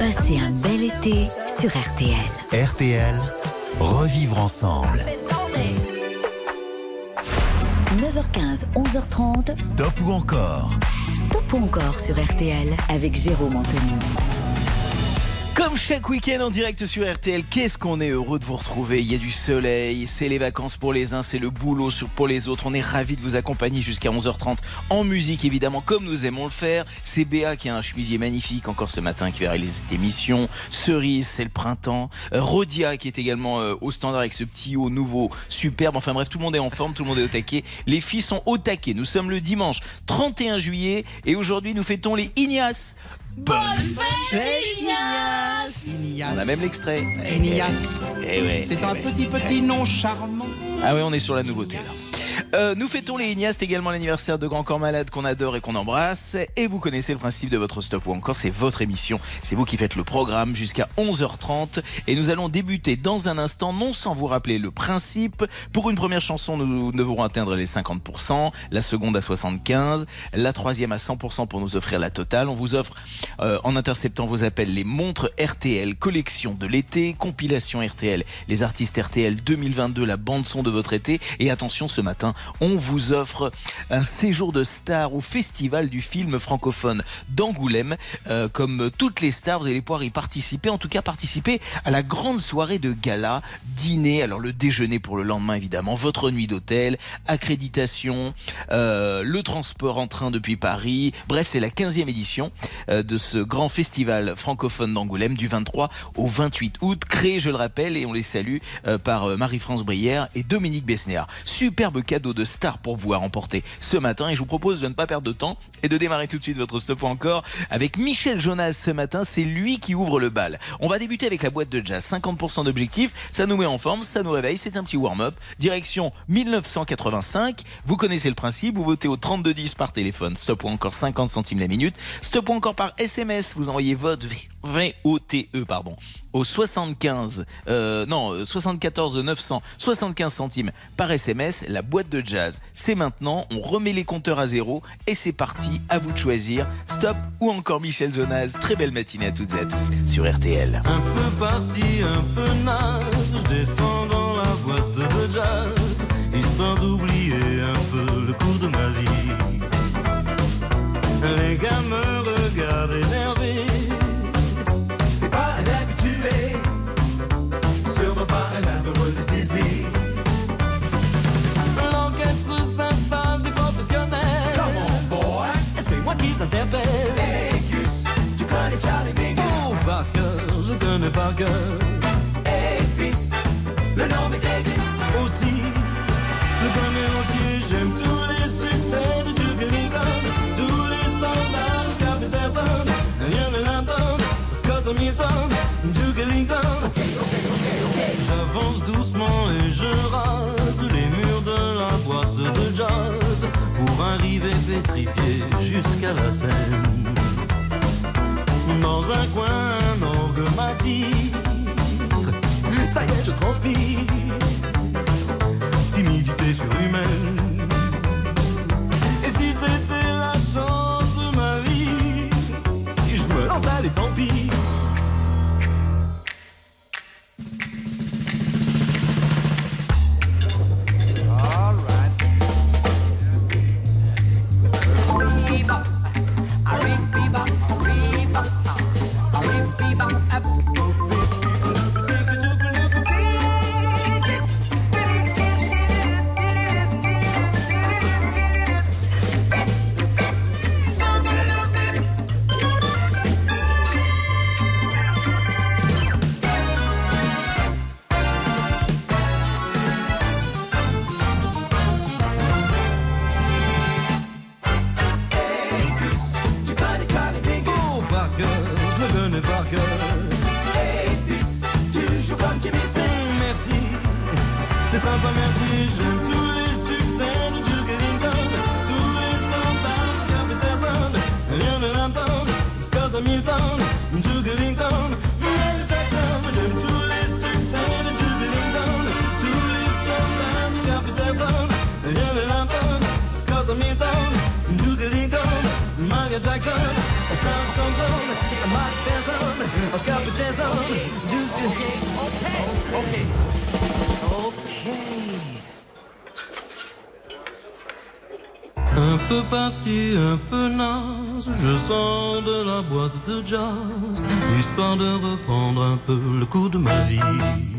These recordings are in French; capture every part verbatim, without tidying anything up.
Passez un bel été sur R T L. R T L, revivre ensemble. neuf heures quinze, onze heures trente. Stop ou encore? Stop ou encore sur R T L avec Jérôme Anthony. Comme chaque week-end en direct sur R T L, qu'est-ce qu'on est heureux de vous retrouver. Il y a du soleil, c'est les vacances pour les uns, c'est le boulot pour les autres. On est ravis de vous accompagner jusqu'à onze heures trente en musique évidemment, comme nous aimons le faire. C'est Béa qui a un chemisier magnifique encore ce matin qui va réaliser cette émission. Cerise, c'est le printemps. Euh, Rodia qui est également euh, au standard avec ce petit haut nouveau superbe. Enfin bref, tout le monde est en forme, tout le monde est au taquet. Les filles sont au taquet. Nous sommes le dimanche trente et un juillet et aujourd'hui nous fêtons les Ignace. Bonne fête Ignace. On a même l'extrait. Ignace. Eh ouais, C'est eh un ouais. petit petit nom charmant. Ah ouais, on est sur la nouveauté là. Euh, nous fêtons les Ignace, c'est également l'anniversaire de Grand Corps Malade qu'on adore et qu'on embrasse. Et vous connaissez le principe de votre Stop ou encore, c'est votre émission. C'est vous qui faites le programme jusqu'à onze heures trente. Et nous allons débuter dans un instant, non sans vous rappeler le principe. Pour une première chanson, nous devrons atteindre les cinquante pour cent, la seconde à soixante-quinze, la troisième à cent pour cent pour nous offrir la totale. On vous offre, euh, en interceptant vos appels, les montres R T L, collection de l'été, compilation R T L, les artistes R T L deux mille vingt-deux, la bande-son de votre été. Et attention, ce matin, on vous offre un séjour de star au festival du film francophone d'Angoulême. Euh, comme toutes les stars, vous allez pouvoir y participer, en tout cas participer à la grande soirée de gala, dîner, alors le déjeuner pour le lendemain évidemment, votre nuit d'hôtel, accréditation, euh, le transport en train depuis Paris. Bref, c'est la quinzième édition euh, de ce grand festival francophone d'Angoulême du vingt-trois au vingt-huit août, créé, je le rappelle, et on les salue, euh, par euh, Marie-France Brière et Dominique Besnéard. Superbe cadeau de star pour vous à remporter ce matin et je vous propose de ne pas perdre de temps et de démarrer tout de suite votre Stop ou encore avec Michel Jonas ce matin. C'est lui qui ouvre le bal. On va débuter avec la boîte de jazz, cinquante pour cent d'objectifs, ça nous met en forme, ça nous réveille, c'est un petit warm-up. Direction mille neuf cent quatre-vingt-cinq, vous connaissez le principe, vous votez au trente-deux dix par téléphone, Stop ou encore cinquante centimes la minute, Stop ou encore par S M S, vous envoyez vote V O T E pardon au soixante-quinze euh, non soixante-quatorze neuf cents, soixante-quinze centimes par S M S. La boîte de jazz, c'est maintenant, on remet les compteurs à zéro et c'est parti, à vous de choisir Stop ou encore Michel Jonas. Très belle matinée à toutes et à tous sur R T L. Un peu parti, un peu naze, je descends dans la boîte de jazz, histoire d'oublier un peu le cours de ma vie. Les gars me regardent énervés, c'est pas un habitué, sûrement pas un amoureux de désir. L'orchestre s'installe des professionnels. Come on boy, et c'est moi qui s'interpelle. Hey Gus, tu connais Charlie Mingus? Oh par cœur, je connais par cœur. Hey fils, le nom est Davis. Aussi, je connais aussi, j'aime tous les succès de Duke Ellington, tous les standards de Scott Peterson, Lionel Hampton, Scott Hamilton, Duke Ellington. Okay, okay, okay, okay. J'avance doucement et je rase les murs de la boîte de jazz pour arriver pétrifié jusqu'à la scène. Dans un coin, un orgue m'a dit, ça y est, je transpire, timidité surhumaine. Et si c'était la chance de ma vie, je me lance, allez, tant pis. Jackson, Sam Thompson, Mike Tyson, On scalp it desert. Do you hear? Okay, okay, okay. Un peu parti, un peu naze, je sors de la boîte de jazz, histoire de reprendre un peu le cours de ma vie.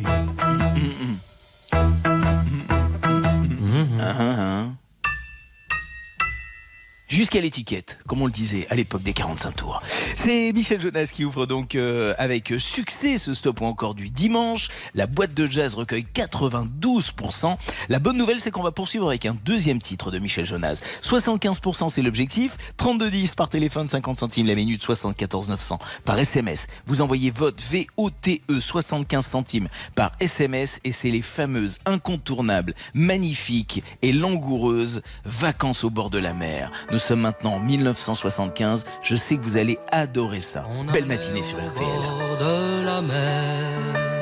Jusqu'à l'étiquette, comme on le disait à l'époque des quarante-cinq tours. C'est Michel Jonas qui ouvre donc euh, avec succès ce stop ou encore du dimanche. La boîte de jazz recueille quatre-vingt-douze pour cent. La bonne nouvelle, c'est qu'on va poursuivre avec un deuxième titre de Michel Jonas. soixante-quinze pour cent, c'est l'objectif. trente-deux dix par téléphone, cinquante centimes la minute, soixante-quatorze neuf cents par S M S. Vous envoyez vote V O T E, soixante-quinze centimes par S M S et c'est les fameuses, incontournables, magnifiques et langoureuses vacances au bord de la mer. Nous sommes maintenant en mille neuf cent soixante-quinze. Je sais que vous allez adorer ça. On Belle matinée sur R T L. Bord de la mer,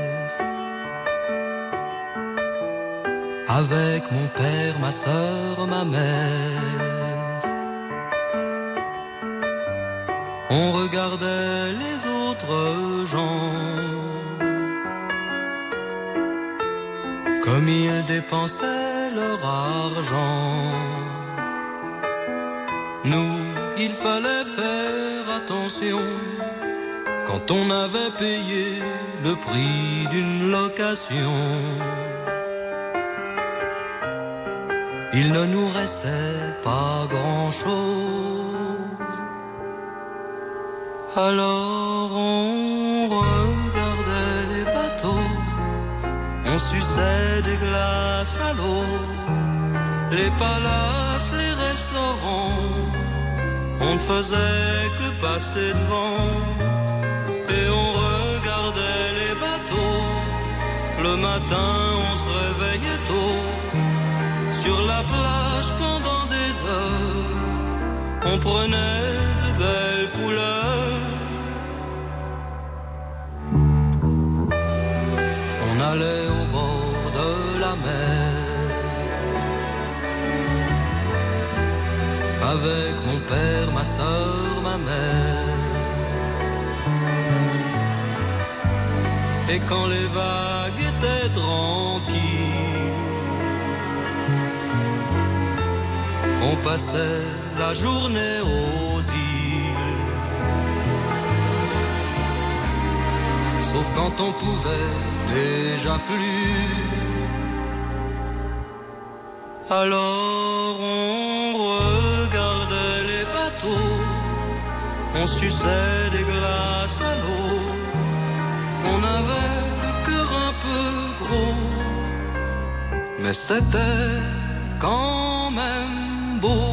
avec mon père, ma sœur, ma mère. On regardait les autres gens, comme ils dépensaient leur argent. Nous, il fallait faire attention quand on avait payé le prix d'une location. Il ne nous restait pas grand-chose. Alors on regardait les bateaux, on suçait des glaces à l'eau, les palaces, les restaurants. On ne faisait que passer devant et on regardait les bateaux. Le matin, on se réveillait tôt. Sur la plage pendant des heures, on prenait de belles couleurs. On allait au bord de la mer avec mon père, ma sœur, ma mère. Et quand les vagues étaient tranquilles, on passait la journée aux îles. Sauf quand on pouvait déjà plus. Alors on regardait les bateaux, on suçait des glaces à l'eau. On avait le cœur un peu gros, mais c'était quand même beau.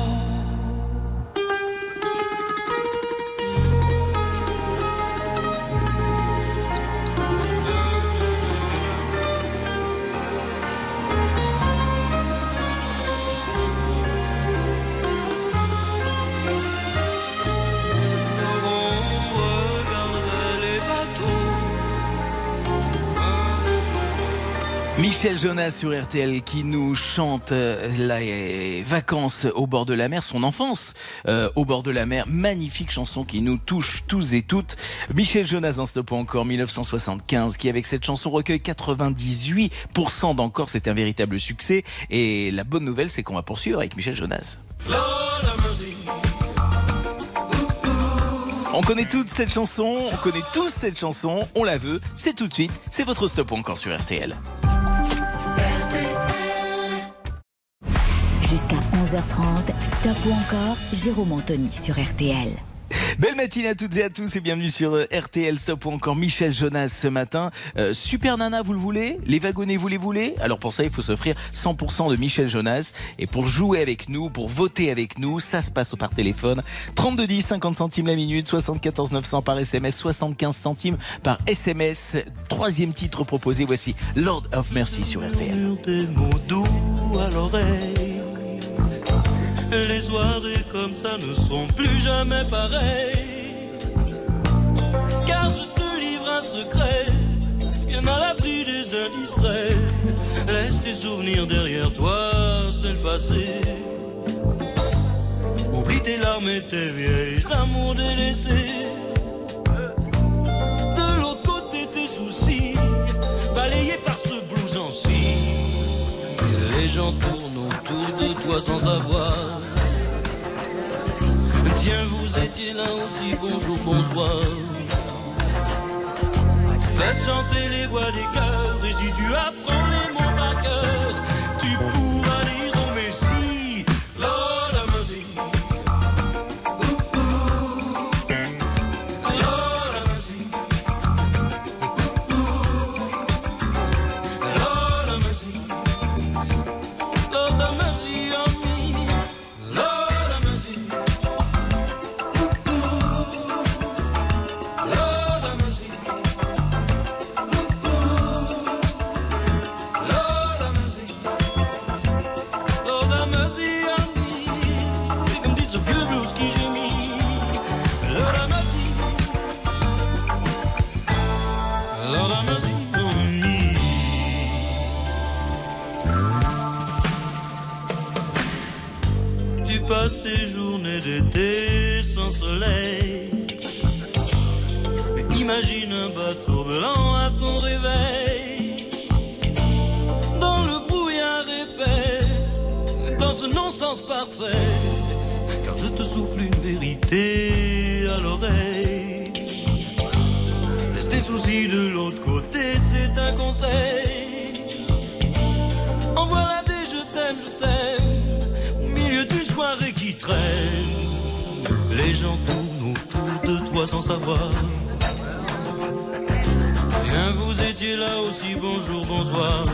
Michel Jonas sur R T L qui nous chante euh, les vacances au bord de la mer, son enfance euh, au bord de la mer. Magnifique chanson qui nous touche tous et toutes. Michel Jonas en stop encore mille neuf cent soixante-quinze qui avec cette chanson recueille quatre-vingt-dix-huit pour cent d'encore. C'est un véritable succès et la bonne nouvelle c'est qu'on va poursuivre avec Michel Jonas. On connaît toute cette chanson, on connaît tous cette chanson, on la veut, c'est tout de suite, c'est votre stop ou encore sur R T L. Jusqu'à onze heures trente, stop ou encore, Jérôme Anthony sur R T L. Belle matinée à toutes et à tous et bienvenue sur R T L Stop ou encore Michel Jonas ce matin. Euh, Super Nana, vous le voulez? Les wagonnets, vous les voulez? Alors pour ça, il faut s'offrir cent pour cent de Michel Jonas. Et pour jouer avec nous, pour voter avec nous, ça se passe par téléphone. trente-deux dix, cinquante centimes la minute, soixante-quatorze neuf cents par S M S, soixante-quinze centimes par S M S. Troisième titre proposé, voici Lord of Mercy sur R T L. Des mots doux à l'oreille. Les soirées comme ça ne seront plus jamais pareilles. Car je te livre un secret, bien à l'abri des indiscrets. Laisse tes souvenirs derrière toi, c'est le passé. Oublie tes larmes et tes vieilles amours délaissés. gens tournent autour de toi sans savoir. Tiens, vous étiez là aussi, bonjour, bonsoir. Faites chanter les voix des cœurs, et si tu apprends les mots par cœur, tu pourras lire au Messie. Lord have mercy. Ooh, ooh. Lord have mercy. Ooh, Lord have mercy. Lord have mercy on me. Lord have mercy. Tu passes tes journées d'été sans soleil. Mais imagine un bateau blanc à ton réveil. Dans le brouillard épais, dans ce non-sens parfait. Car je te souffle une vérité à l'oreille. Laisse tes soucis de l'autre côté, c'est un conseil. En voilà des je t'aime, je t'aime, au milieu d'une soirée qui traîne. Les gens tournent autour de toi sans savoir. Bien, vous étiez là aussi, bonjour, bonsoir.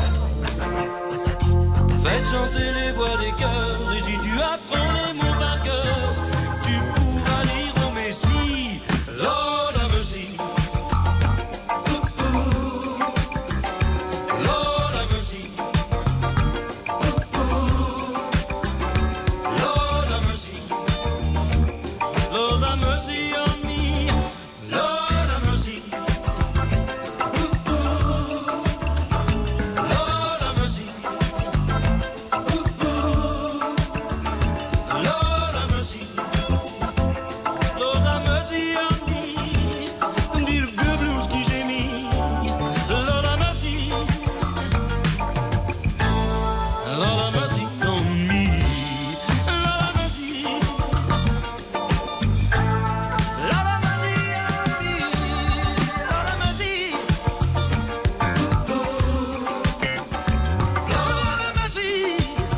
Faites chanter les voix des cœurs, et si tu apprends les mots par cœur, tu pourras lire au Messie. Lord have mercy. Ooh, ooh. Lord have mercy. Ooh, ooh. Lord have mercy. Lord have mercy on me. Lord have mercy. Ooh, ooh. Lord have mercy. Lord have mercy. Lord have mercy on me. Comme dit le vieux blues qui gémit. Lord have mercy. Lord have mercy on me. Lord have mercy. Lord have mercy on me. Lord have mercy. Lord have mercy.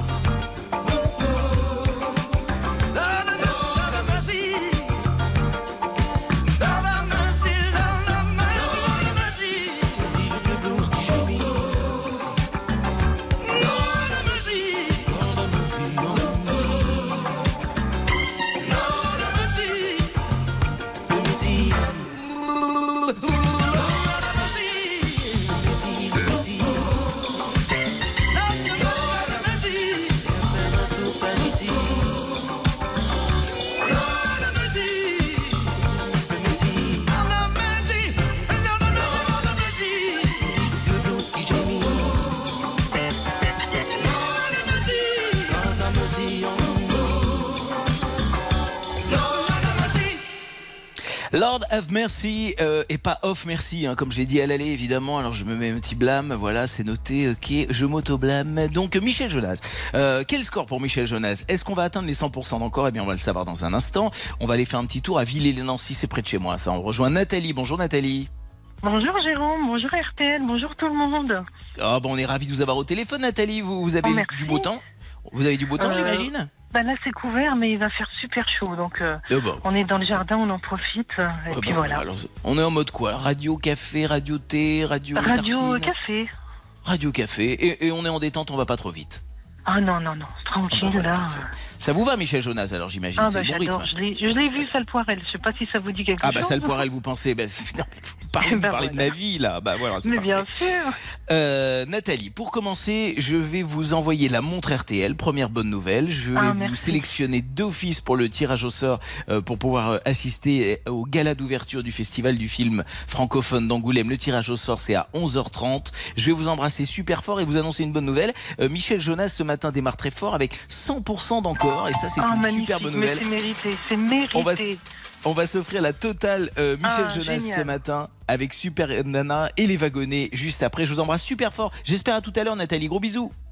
Lord have mercy euh, et pas off merci hein, comme j'ai dit à l'aller évidemment. Alors je me mets un petit blâme, voilà c'est noté, ok, je m'auto-blâme. Donc Michel Jonas, euh, quel score pour Michel Jonas? Est-ce qu'on va atteindre les cent pour cent d'encore? Eh bien on va le savoir dans un instant. On va aller faire un petit tour à Villers-les-Nancy, c'est près de chez moi ça. On rejoint Nathalie, bonjour Nathalie. Bonjour Jérôme, bonjour R T L, bonjour tout le monde. Ah bon, on est ravis de vous avoir au téléphone Nathalie, vous, vous avez Oh, du beau temps? Vous avez du beau temps Euh, j'imagine? Bah là c'est couvert mais il va faire super chaud donc euh, Eh ben, on est dans le jardin, on en profite et eh puis ben, voilà. alors, on est en mode quoi? Radio café, radio thé, radio, Radio tartine café. Radio café et, et on est en détente, on va pas trop vite. Ah non non non, tranquille Ah bah voilà, là. parfait. Ça vous va Michel Jonas alors j'imagine? Ah C'est bah le bon j'adore, rythme. je l'ai, je l'ai vu Salle Poirel, je sais pas si ça vous dit quelque Ah chose. bah Salle Poirel vous pensez bah, c'est- non, mais vous parlez, vous Bah parlez de voilà. ma vie là. Bah voilà, c'est Mais parfait. bien sûr. Euh, Nathalie, pour commencer, je vais vous envoyer la montre R T L. Première bonne nouvelle. Je vais Ah, vous merci. sélectionner d'office pour le tirage au sort euh, pour pouvoir euh, assister au gala d'ouverture du festival du film francophone d'Angoulême. Le tirage au sort, c'est à onze heures trente. Je vais vous embrasser super fort et vous annoncer une bonne nouvelle. Euh, Michel Jonas ce matin démarre très fort avec cent pour cent d'encore et ça c'est Ah une magnifique, super bonne mais nouvelle. c'est mérité, c'est mérité. On va s- On va s'offrir la totale euh, Michel Ah, Jonas génial. ce matin avec Super Nana et les wagonnets juste après. Je vous embrasse super fort. J'espère à tout à l'heure Nathalie. Gros bisous.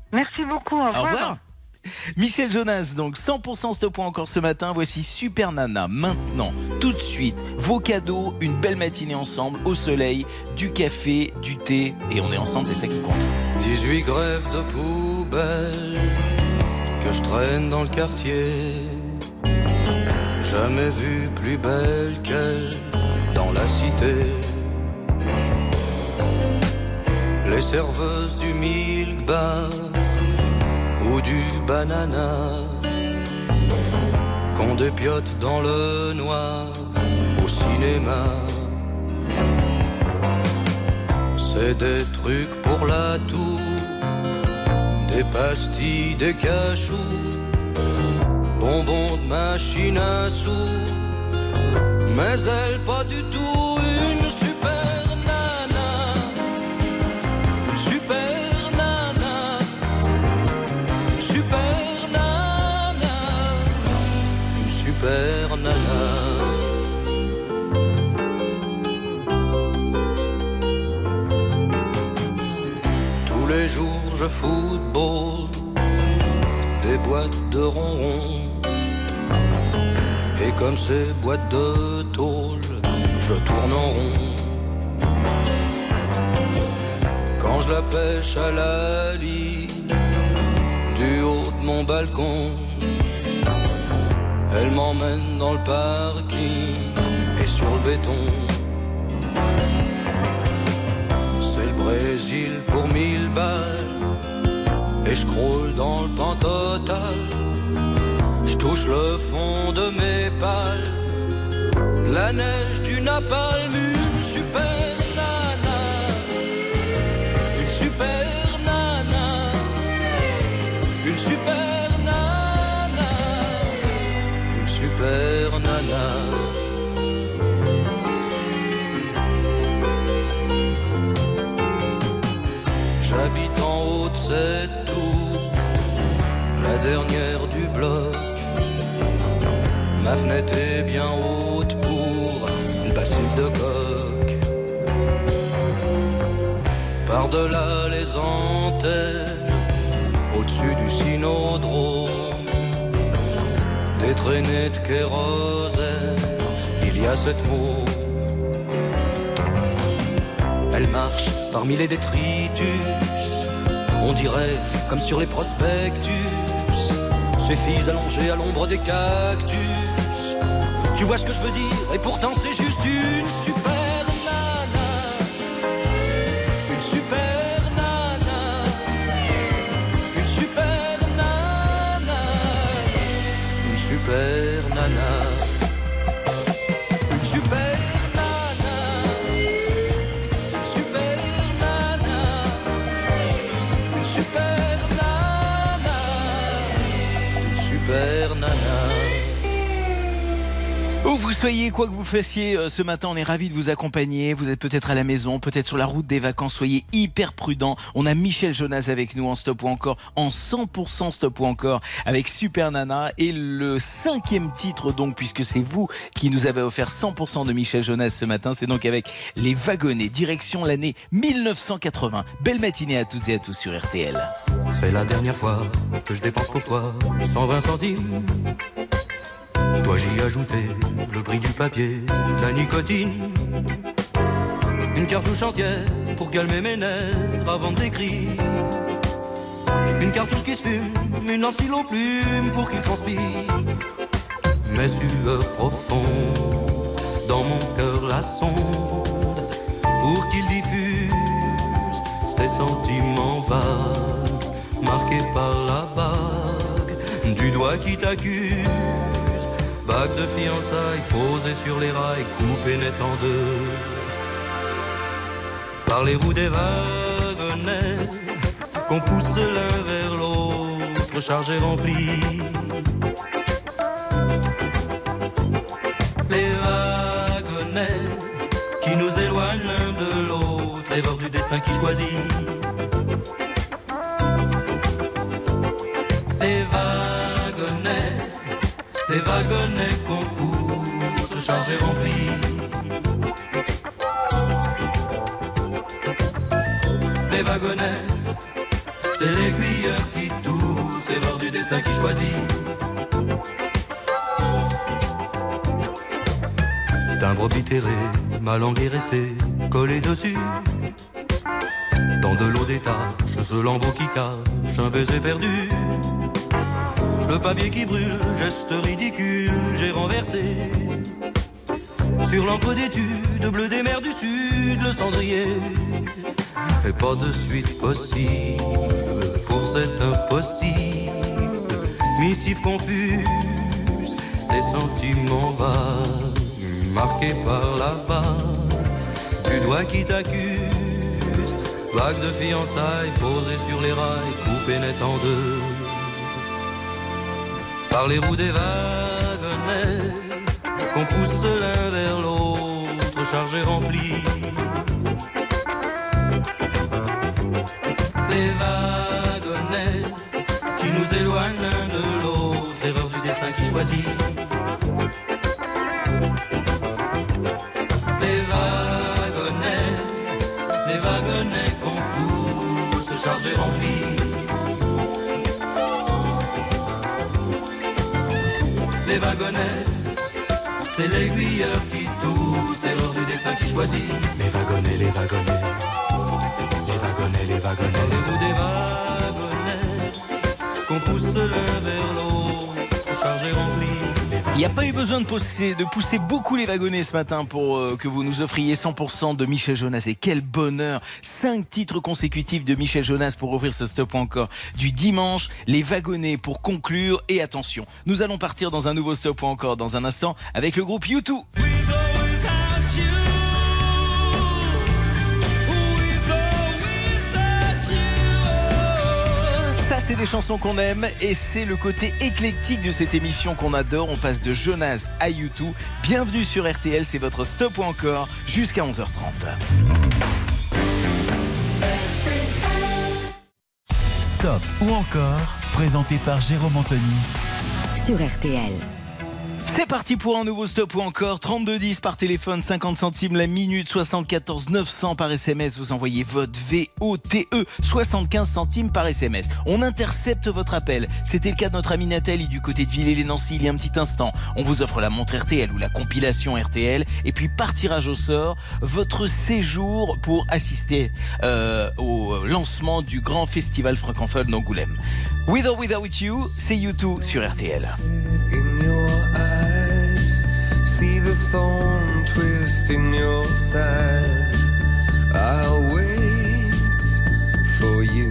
Merci beaucoup. Au revoir. Au revoir. Michel Jonas, donc cent pour cent Stop ou encore ce matin. Voici Super Nana. Maintenant, tout de suite, vos cadeaux, une belle matinée ensemble, au soleil, du café, du thé, et on est ensemble, c'est ça qui compte. dix-huit grèves de poubelle que je traîne dans le quartier. Jamais vu plus belle qu'elle dans la cité. Les serveuses du Milk Bar ou du banana qu'on dépiote dans le noir au cinéma. C'est des trucs pour la toux, des pastilles, des cachous, bonbons de machine à sous, mais elle pas du tout une super nana, une super nana, une super nana, une super nana. Tous les jours je football des boîtes de ronron. Et comme ces boîtes de tôle, je tourne en rond. Quand je la pêche à la ligne, du haut de mon balcon, elle m'emmène dans le parking et sur le béton. C'est le Brésil pour mille balles, et je croule dans le pan total. Je touche le fond de mes pales, la neige du napalm, une super nana, une super nana, une super nana, une super nana. J'habite en haut de cette tour, la dernière du bloc. Ma fenêtre est bien haute pour une bassine de coque. Par-delà les antennes, au-dessus du cynodrome, des traînées de kérosène, il y a cette môme. Elle marche parmi les détritus, on dirait comme sur les prospectus, ces filles allongées à l'ombre des cactus. Tu vois ce que je veux dire, et pourtant c'est juste une super nana, une super nana, une super nana, une super nana, une super nana, une super nana, une super nana, une super nana. Où vous soyez, quoi que vous fassiez euh, ce matin, on est ravis de vous accompagner. Vous êtes peut-être à la maison, peut-être sur la route des vacances. Soyez hyper prudents. On a Michel Jonas avec nous en Stop ou encore, en cent pour cent Stop ou encore, avec Super Nana. Et le cinquième titre, donc, puisque c'est vous qui nous avez offert cent pour cent de Michel Jonas ce matin, c'est donc avec Les Wagonnets, direction l'année mille neuf cent quatre-vingts. Belle matinée à toutes et à tous sur R T L. C'est la dernière fois que je dépense pour toi cent vingt centimes. Toi j'y ajoutais le prix du papier, de la nicotine, une cartouche entière pour calmer mes nerfs avant d'écrire, une cartouche qui se fume, une encile plume pour qu'il transpire, mes sueurs profondes dans mon cœur la sonde pour qu'il diffuse ses sentiments vagues, marqués par la bague du doigt qui t'accuse. Bague de fiançailles posée sur les rails, coupée net en deux par les roues des wagonnets qu'on pousse l'un vers l'autre, chargés remplis. Les wagonnets qui nous éloignent l'un de l'autre, rêveurs du destin qui choisit. Les wagonnets, les wagonnets qu'on pousse, chargés remplis. Les wagonnets, c'est l'aiguilleur qui tousse, erreur du destin qui choisit. Timbre oblitéré, ma langue est restée collée dessus. Dans de l'eau des taches, ce lambeau qui cache un baiser perdu. Le papier qui brûle, geste ridicule, j'ai renversé. Sur l'encre d'étude, bleu des mers du sud, le cendrier. Et pas de suite possible pour cet impossible. Missive confuse, ces sentiments vagues, marqués par la vague du doigt qui t'accuse. Vague de fiançailles posée sur les rails, coupée net en deux. Par les roues des wagonnets qu'on pousse l'un vers l'autre, chargés remplis. Les wagonnets qui nous éloignent l'un de l'autre, erreur du destin qui choisit. Les wagonnets, les wagonnets qu'on pousse, chargés remplis. Les wagonnets, c'est l'aiguilleur qui tousse, erreur du destin qui choisit. Les wagonnets, les wagonnets, les wagonnets, les wagonnets. Dans le bout des wagonnets, qu'on pousse l'un vers l'autre, chargé rempli. Il n'y a pas eu besoin de pousser, de pousser beaucoup les wagonnets ce matin pour euh, que vous nous offriez cent pour cent de Michel Jonas. Et quel bonheur! Cinq titres consécutifs de Michel Jonas pour ouvrir ce Stop ou encore du dimanche. Les wagonnets pour conclure. Et attention, nous allons partir dans un nouveau Stop ou encore dans un instant avec le groupe U deux. Ça, c'est des chansons qu'on aime et c'est le côté éclectique de cette émission qu'on adore. On passe de Jonas à U deux. Bienvenue sur R T L, c'est votre Stop ou encore jusqu'à onze heures trente. Stop ou encore, présenté par Jérôme Anthony sur R T L. C'est parti pour un nouveau Stop ou encore, trente-deux dix par téléphone, cinquante centimes la minute, soixante-quatorze neuf cents par S M S, vous envoyez votre V O T E, soixante-quinze centimes par S M S. On intercepte votre appel, c'était le cas de notre amie Nathalie du côté de Villers-les-Nancy il y a un petit instant. On vous offre la montre R T L ou la compilation R T L et puis par tirage au sort, votre séjour pour assister euh, au lancement du grand festival francophone d'Angoulême. With or Without You, c'est U deux sur R T L. In your eyes, see the thorn twist in your side. I'll wait for you.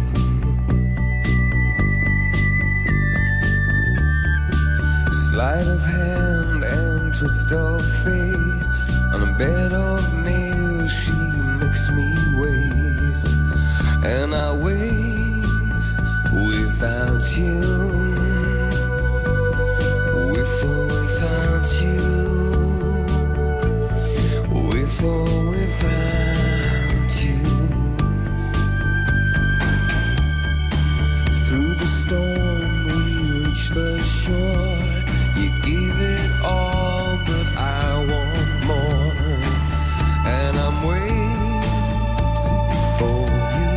Sleight of hand and twist of fate. On a bed of nails, she makes me wait. And I wait without you. With or without you, with or without you, through the storm we reach the shore. You give it all, but I want more, and I'm waiting for you,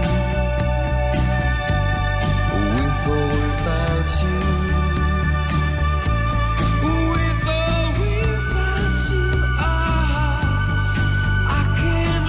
with or without you. With or without you, I, I can't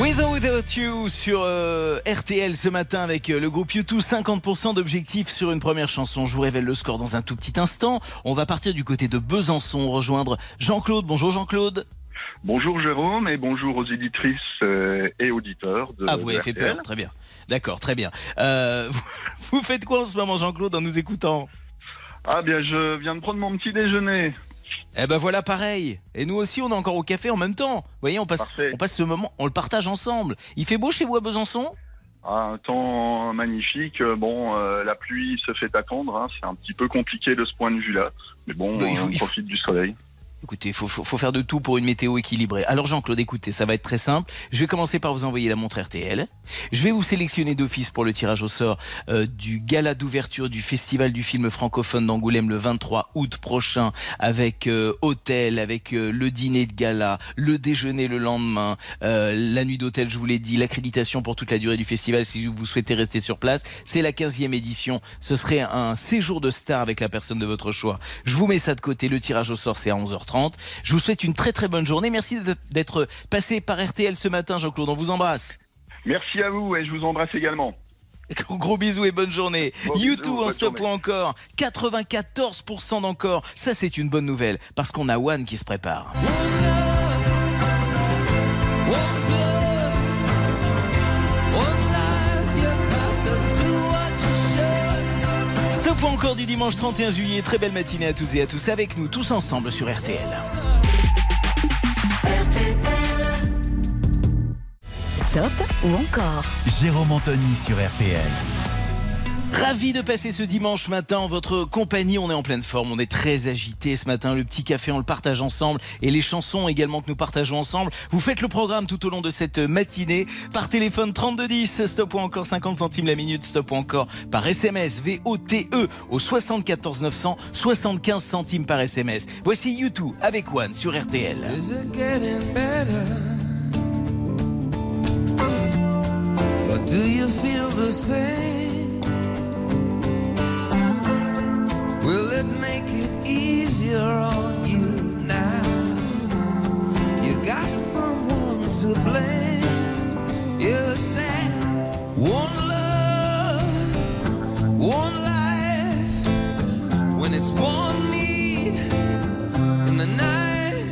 With or Without You sur euh, R T L ce matin avec euh, le groupe U deux, cinquante pour cent d'objectifs sur une première chanson. Je vous révèle le score dans un tout petit instant. On va partir du côté de Besançon, rejoindre Jean-Claude. Bonjour Jean-Claude. Bonjour Jérôme et bonjour aux éditrices euh, et auditeurs de Ah, vous de avez fait R T L. peur, très bien. D'accord, très bien. Euh, vous, vous faites quoi en ce moment Jean-Claude en nous écoutant? Ah bien, je viens de prendre mon petit déjeuner. Eh ben voilà, pareil. Et nous aussi, on est encore au café en même temps. Vous voyez, on passe, Parfait. on passe ce moment, on le partage ensemble. Il fait beau chez vous à Besançon? Ah, un temps magnifique. Bon, euh, la pluie se fait attendre. Hein. C'est un petit peu compliqué de ce point de vue-là. Mais bon, Bah, il faut- on il faut- profite du soleil. Écoutez, il faut, faut, faut faire de tout pour une météo équilibrée. Alors Jean-Claude, écoutez, ça va être très simple. Je vais commencer par vous envoyer la montre R T L. Je vais vous sélectionner d'office pour le tirage au sort euh, du gala d'ouverture du Festival du film francophone d'Angoulême le vingt-trois août prochain, avec euh, hôtel, avec euh, le dîner de gala, le déjeuner le lendemain, euh, la nuit d'hôtel, je vous l'ai dit, l'accréditation pour toute la durée du festival si vous souhaitez rester sur place. C'est la quinzième édition. Ce serait un séjour de star avec la personne de votre choix. Je vous mets ça de côté. Le tirage au sort, c'est à onze heures trente. Je vous souhaite une très très bonne journée. Merci d'être passé par R T L ce matin, Jean-Claude. On vous embrasse. Merci à vous et je vous embrasse également. Gros bisous et bonne journée. Gros U bisous, deux en bonne stop ou journée. encore. quatre-vingt-quatorze pour cent d'encore. Ça, c'est une bonne nouvelle parce qu'on a One qui se prépare. Stop ou encore du dimanche trente et un juillet. Très belle matinée à toutes et à tous avec nous, tous ensemble sur R T L. Stop ou encore. Jérôme Anthony sur R T L. Ravi de passer ce dimanche matin en votre compagnie. On est en pleine forme, on est très agité ce matin. Le petit café, on le partage ensemble et les chansons également que nous partageons ensemble. Vous faites le programme tout au long de cette matinée par téléphone trente-deux dix, stop ou encore cinquante centimes la minute, stop ou encore par S M S V O T E au soixante-quatorze neuf cents, soixante-quinze centimes par S M S. Voici U deux avec One sur R T L. Is it getting better? Or do you feel the same? Will it make it easier on you now? You got someone to blame. You said one love, one life. When it's one need in the night,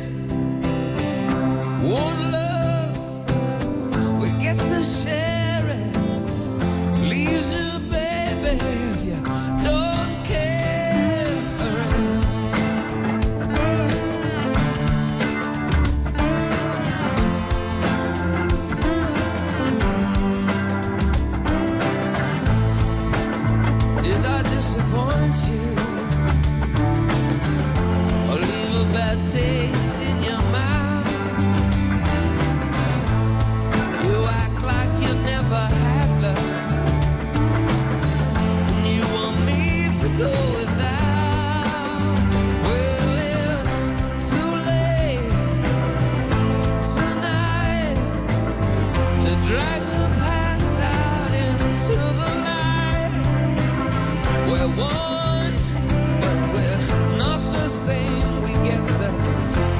one love, we get to share it. Leaves you, baby, if you don't care for it. Did I disappoint you? Or leave a bad taste in your mouth? You act like you never had love. You want me to go without? Well, it's too late tonight to drag the past out into the light. We're one, but we're not the same. We get to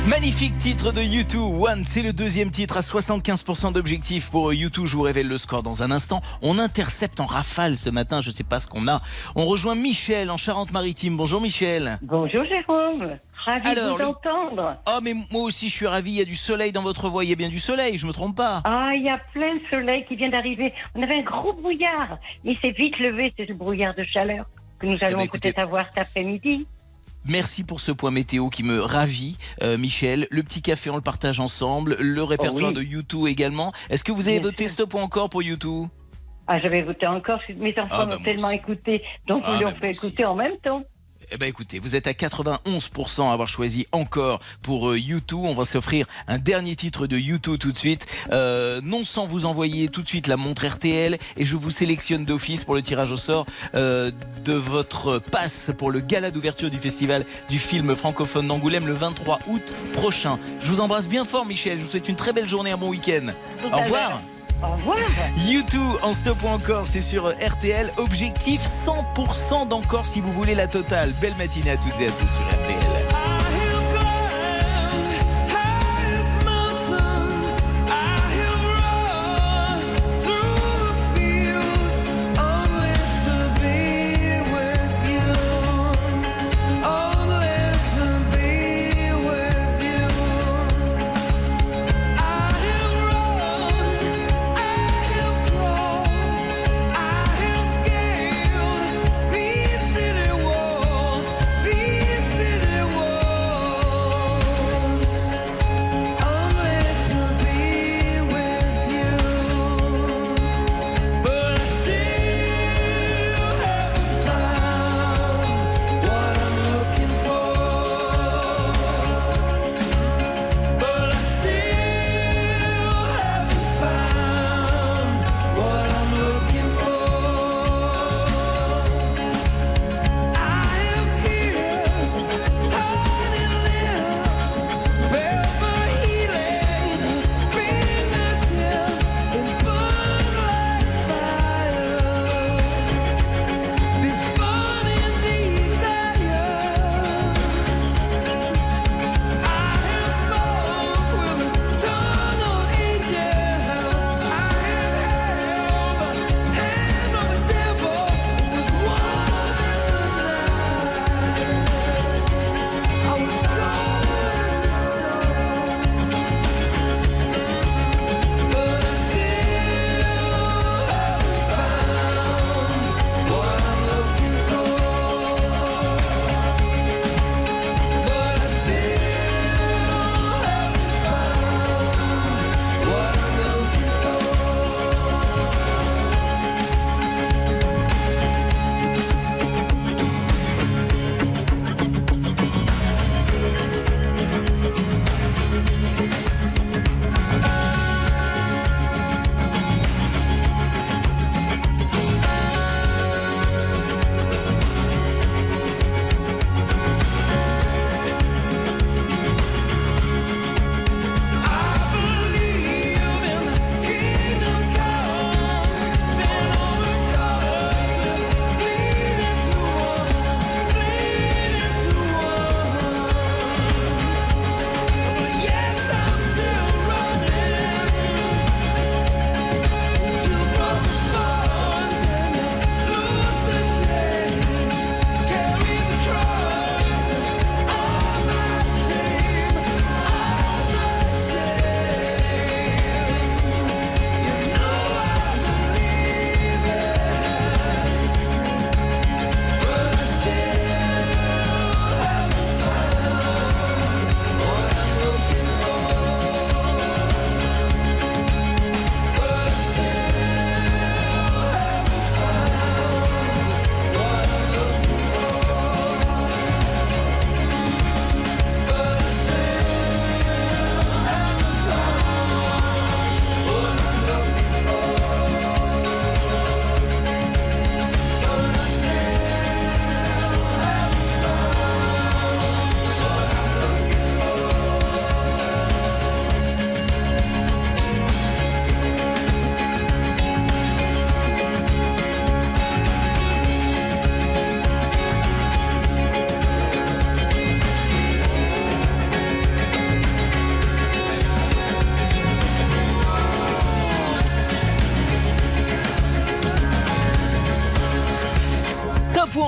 Magnifique titre de U deux, One, c'est le deuxième titre à soixante-quinze pour cent d'objectifs pour U deux. Je vous révèle le score dans un instant. On intercepte en rafale ce matin, je ne sais pas ce qu'on a. On rejoint Michel en Charente-Maritime. Bonjour Michel. Bonjour Jérôme, ravi Alors, de vous le... entendre. Oh mais moi aussi je suis ravi, il y a du soleil dans votre voix, il y a bien du soleil, je me trompe pas. Ah, il y a plein de soleil qui vient d'arriver. On avait un gros brouillard, mais c'est vite levé, c'est le brouillard de chaleur que nous allons ben, écoutez... peut-être avoir cet après-midi. Merci pour ce point météo qui me ravit, euh, Michel. Le petit café, on le partage ensemble. Le répertoire oh oui. de U deux également. Est-ce que vous avez Bien voté sûr. stop ou encore pour U deux? Ah, j'avais voté encore, mes enfants Ah, bah, m'ont tellement aussi. écouté, donc Ah, nous l'ont bah, fait moi aussi. écouter en même temps. Eh ben écoutez, vous êtes à quatre-vingt-onze pour cent à avoir choisi encore pour euh, U deux. On va s'offrir un dernier titre de U deux tout de suite. Euh, non sans vous envoyer tout de suite la montre R T L. Et je vous sélectionne d'office pour le tirage au sort euh, de votre passe pour le gala d'ouverture du festival du film francophone d'Angoulême le vingt-trois août prochain. Je vous embrasse bien fort Michel. Je vous souhaite une très belle journée, un bon week-end. Tout Au à revoir. l'heure. Au revoir. U deux en stop ou encore, c'est sur R T L. Objectif cent pour cent d'encore si vous voulez la totale. Belle matinée à toutes et à tous sur R T L. These city walls, these city walls.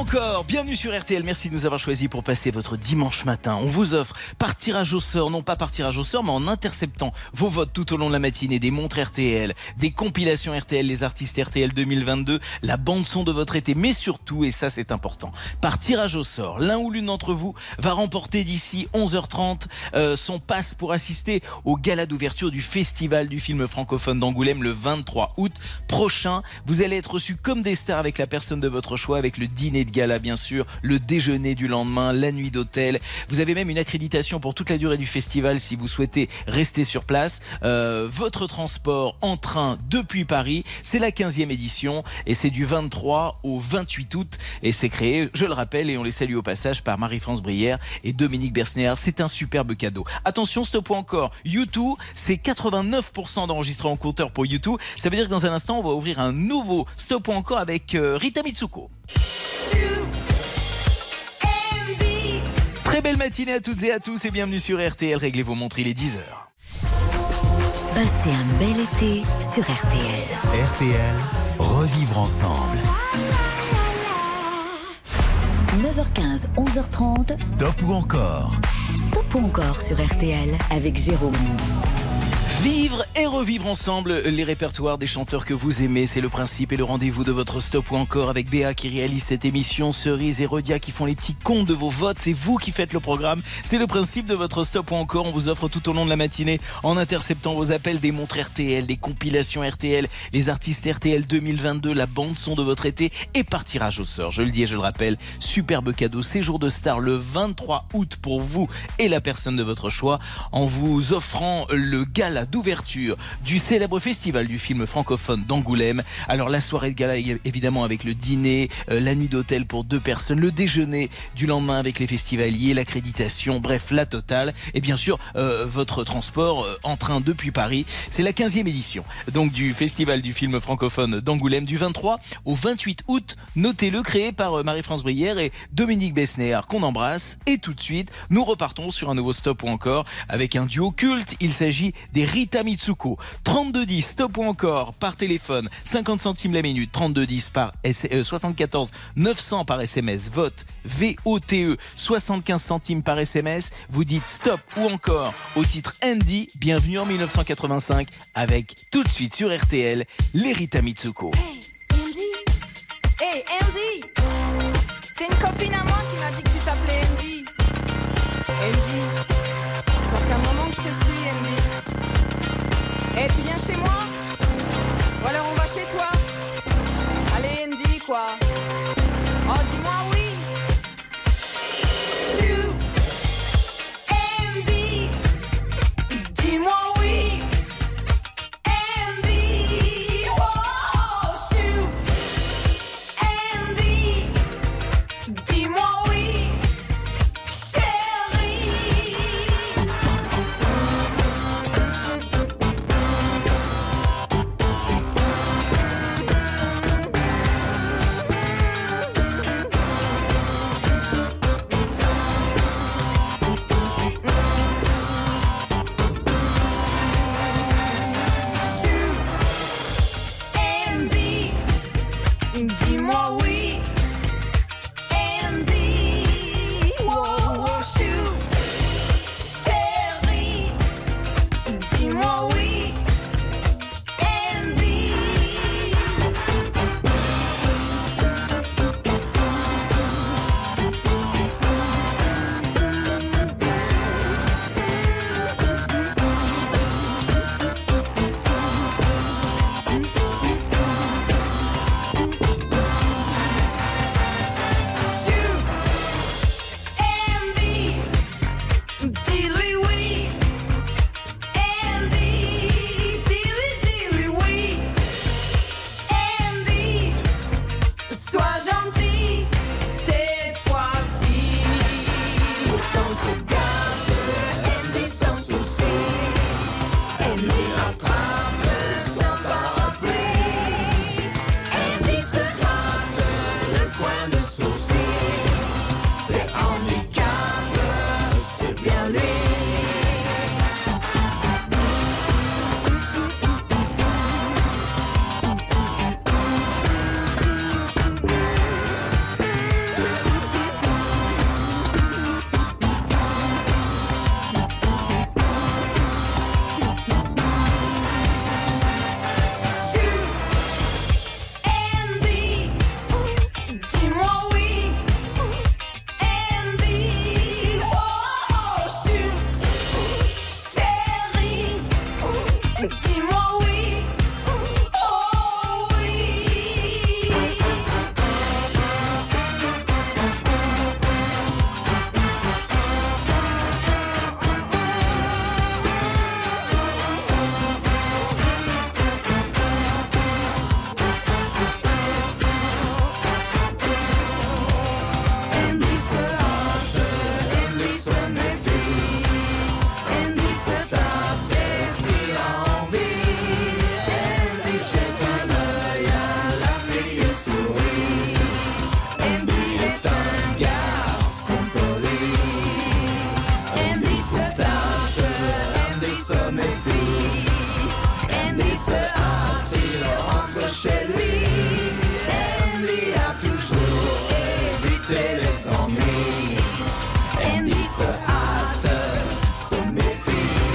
encore, bienvenue sur R T L, merci de nous avoir choisis pour passer votre dimanche matin. On vous offre par tirage au sort, non pas par tirage au sort, mais en interceptant vos votes tout au long de la matinée, des montres R T L, des compilations R T L, les artistes R T L deux mille vingt-deux, la bande son de votre été, mais surtout, et ça c'est important, par tirage au sort, l'un ou l'une d'entre vous va remporter d'ici onze heures trente euh, son passe pour assister au gala d'ouverture du Festival du film francophone d'Angoulême le vingt-trois août prochain. Vous allez être reçus comme des stars avec la personne de votre choix, avec le dîner de gala bien sûr, le déjeuner du lendemain, la nuit d'hôtel. Vous avez même une accréditation pour toute la durée du festival si vous souhaitez rester sur place. Euh, votre transport en train depuis Paris, c'est la quinzième édition et c'est du vingt-trois au vingt-huit août et c'est créé, je le rappelle, et on les salue au passage, par Marie-France Brière et Dominique Bersnéard. C'est un superbe cadeau. Attention, stop ou encore, U deux, c'est quatre-vingt-neuf pour cent d'enregistrement en compteur pour U deux. Ça veut dire que dans un instant, on va ouvrir un nouveau stop ou encore avec euh, Rita Mitsuko. Très belle matinée à toutes et à tous et bienvenue sur R T L. Réglez vos montres, il est dix heures. Passez un bel été sur R T L. R T L, revivre ensemble. neuf heures quinze, onze heures trente. Stop ou encore. Stop ou encore sur R T L avec Jérôme. Vivre et revivre ensemble les répertoires des chanteurs que vous aimez, c'est le principe et le rendez-vous de votre Stop ou encore avec Béa qui réalise cette émission, Cerise et Rodia qui font les petits comptes de vos votes, c'est vous qui faites le programme, c'est le principe de votre Stop ou encore, on vous offre tout au long de la matinée en interceptant vos appels des montres R T L, des compilations R T L, les artistes R T L deux mille vingt-deux, la bande son de votre été et par tirage au sort, je le dis et je le rappelle, superbe cadeau, séjour de star le vingt-trois août pour vous et la personne de votre choix en vous offrant le gala d'ouverture du célèbre festival du film francophone d'Angoulême. Alors la soirée de gala évidemment avec le dîner, euh, la nuit d'hôtel pour deux personnes, le déjeuner du lendemain avec les festivaliers, l'accréditation, bref la totale et bien sûr euh, votre transport euh, en train depuis Paris. C'est la quinzième édition donc du festival du film francophone d'Angoulême du vingt-trois au vingt-huit août. Notez-le, créé par euh, Marie-France Brière et Dominique Bersnéard qu'on embrasse et tout de suite nous repartons sur un nouveau stop ou encore avec un duo culte. Il s'agit des Rita Mitsuko. Trente-deux dix, stop ou encore par téléphone, cinquante centimes la minute, trente-deux dix par S- euh, soixante-quatorze neuf cents par S M S, vote V O T E, soixante-quinze centimes par S M S, vous dites stop ou encore au titre Andy, bienvenue en dix-neuf cent quatre-vingt-cinq avec tout de suite sur R T L, les Rita Mitsuko. Hey Andy, hey Andy, c'est une copine à moi qui m'a dit que tu t'appelais Andy. Andy, ça fait un moment que je te suis Andy. Eh, tu viens chez moi? Ou alors on va chez toi? Allez Andy, quoi. Oh, dis-moi oui. You, Andy, dis-moi oui. Andy, oh, shoot. Andy, dis-moi oui. Chérie. Dis-moi oui, Andy, wow, wow, shoot, chérie, dis-moi oui, Andy. Dis-lui oui, Andy, dis-lui, dis-lui oui, Andy, sois gentil cette fois-ci. Autant se garde, Andy sans souci, Andy rattrape son parapluie, Andy se gratte le coin de sourcil, c'est handicap. C'est bien lui. Dis-moi oui. Oh oui. Chez lui, Andy a toujours évité les ennuis. Andy se hâte, se méfie.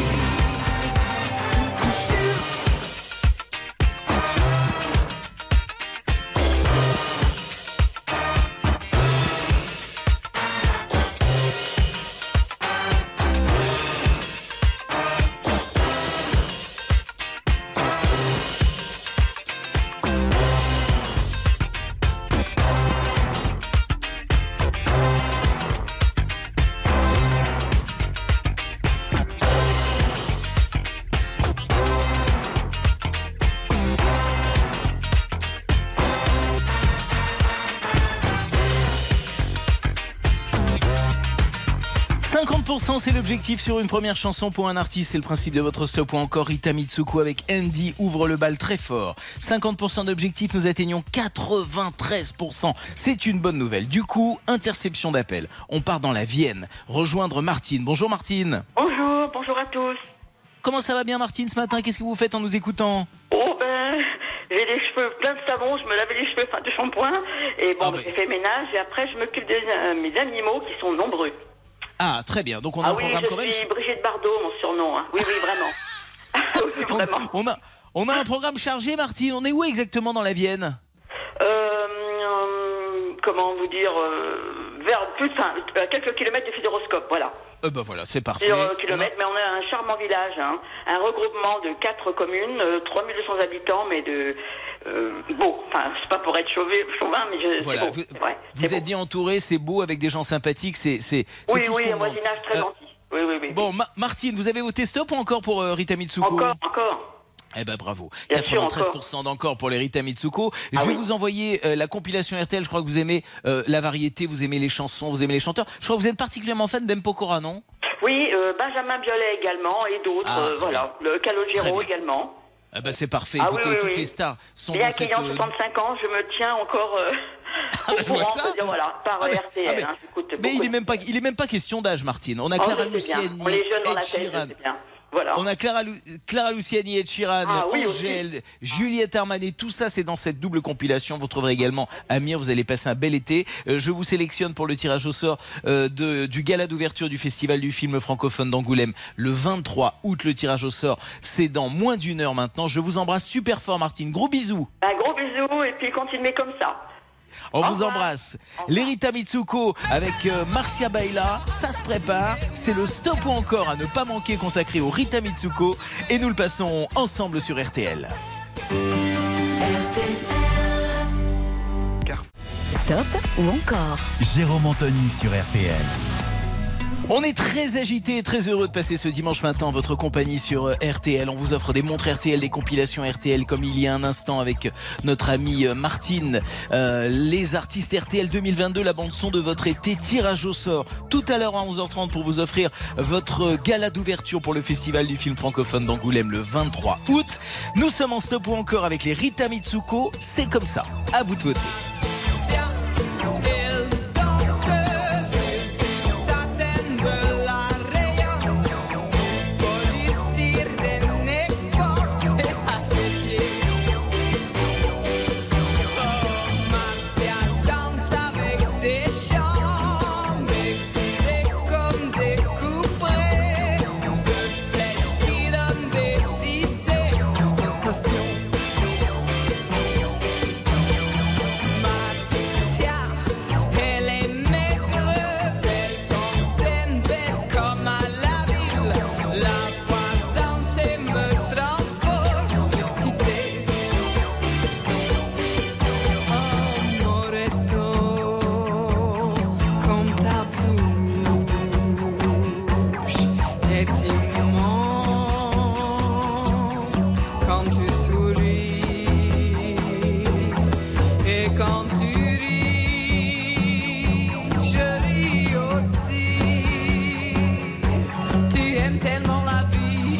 cinquante pour cent c'est l'objectif sur une première chanson pour un artiste, c'est le principe de votre stop ou encore Rita Mitsuko avec Andy ouvre le bal très fort. cinquante pour cent d'objectif, nous atteignons quatre-vingt-treize pour cent. C'est une bonne nouvelle. Du coup, interception d'appel. On part dans la Vienne, rejoindre Martine. Bonjour Martine. Bonjour, bonjour à tous. Comment ça va bien Martine ce matin? Qu'est-ce que vous faites en nous écoutant? Oh ben, j'ai les cheveux plein de savon, je me lavais les cheveux, enfin de shampoing, et bon, Ah, ben, mais- j'ai fait ménage, et après je m'occupe de euh, mes animaux qui sont nombreux. Ah très bien, donc on a ah un oui, programme je quand même. suis Brigitte Bardot, mon surnom. Hein. Oui, oui, vraiment. oui, vraiment. On a, on a un programme chargé Martine, on est où exactement dans la Vienne? Euh, euh, comment vous dire, euh, vers plus, enfin, à quelques kilomètres du Fidéroscope, voilà. Euh, bah voilà, c'est parfait. Plusieurs kilomètres, mais on a un charmant village, hein, un regroupement de quatre communes, euh, trois mille deux cents habitants, mais de euh, beau. Enfin, c'est pas pour être chauvé, chauvin, mais je, Voilà, c'est beau. vous, c'est vrai, vous c'est êtes beau. bien entouré, c'est beau avec des gens sympathiques, c'est c'est c'est Oui, tout ce oui, qu'on un demande. voisinage très Euh, gentil. Oui, oui, oui. Bon, Ma- Martine, vous avez voté stop ou encore pour euh, Rita Mitsuko? Encore, encore. Eh ben bravo, Bien sûr, quatre-vingt-treize pour cent d'encore pour les Rita Mitsuko. Je Ah vais oui. vous envoyer euh, la compilation R T L, je crois que vous aimez euh, la variété, vous aimez les chansons, vous aimez les chanteurs. Je crois que vous êtes particulièrement fan d'Empokora, non? Oui, euh, Benjamin Biolay également, et d'autres, Ah, euh, très voilà. Le Très Calogero bien. également. Eh ben c'est parfait, Ah écoutez, oui, oui, toutes oui. les stars sont Bien dans cette... qu'ayant euh, soixante-cinq ans, je me tiens encore euh, Ah, au je vois courant, ça. c'est-à-dire, voilà, par Ah, mais- R T L. ah, mais- hein, j'écoute Mais beaucoup il est de- même pas, il est même pas question d'âge, Martine. On a Oh, Clara je sais bien. Luciani, On est jeunes dans Ed la tête, je Sheeran. sais bien. Voilà. On a Clara, Lu- Clara Luciani, Ed Sheeran, Ah, oui, aussi. Angèle, Juliette Armanet, tout ça c'est dans cette double compilation. Vous trouverez également Amir, vous allez passer un bel été. Euh, je vous sélectionne pour le tirage au sort euh, de, du gala d'ouverture du Festival du film francophone d'Angoulême le vingt-trois août. Le tirage au sort, c'est dans moins d'une heure maintenant. Je vous embrasse super fort Martine, gros bisous. Un gros bisou et puis continuez comme ça. On Au vous revoir. embrasse. Les Rita Mitsuko avec euh, Marcia Baila, ça se prépare. C'est le stop ou encore à ne pas manquer consacré aux Rita Mitsuko. Et nous le passons ensemble sur R T L. Stop ou encore? Jérôme Anthony sur R T L. On est très agité et très heureux de passer ce dimanche matin en votre compagnie sur euh, R T L. On vous offre des montres R T L, des compilations R T L comme il y a un instant avec notre amie euh, Martine. Euh, les artistes R T L deux mille vingt-deux, la bande son de votre été, tirage au sort tout à l'heure à onze heures trente pour vous offrir votre gala d'ouverture pour le Festival du film francophone d'Angoulême le vingt-trois août. Nous sommes en stop ou encore avec les Rita Mitsuko. C'est comme ça. À vous de voter. Ma aimes tellement la vie.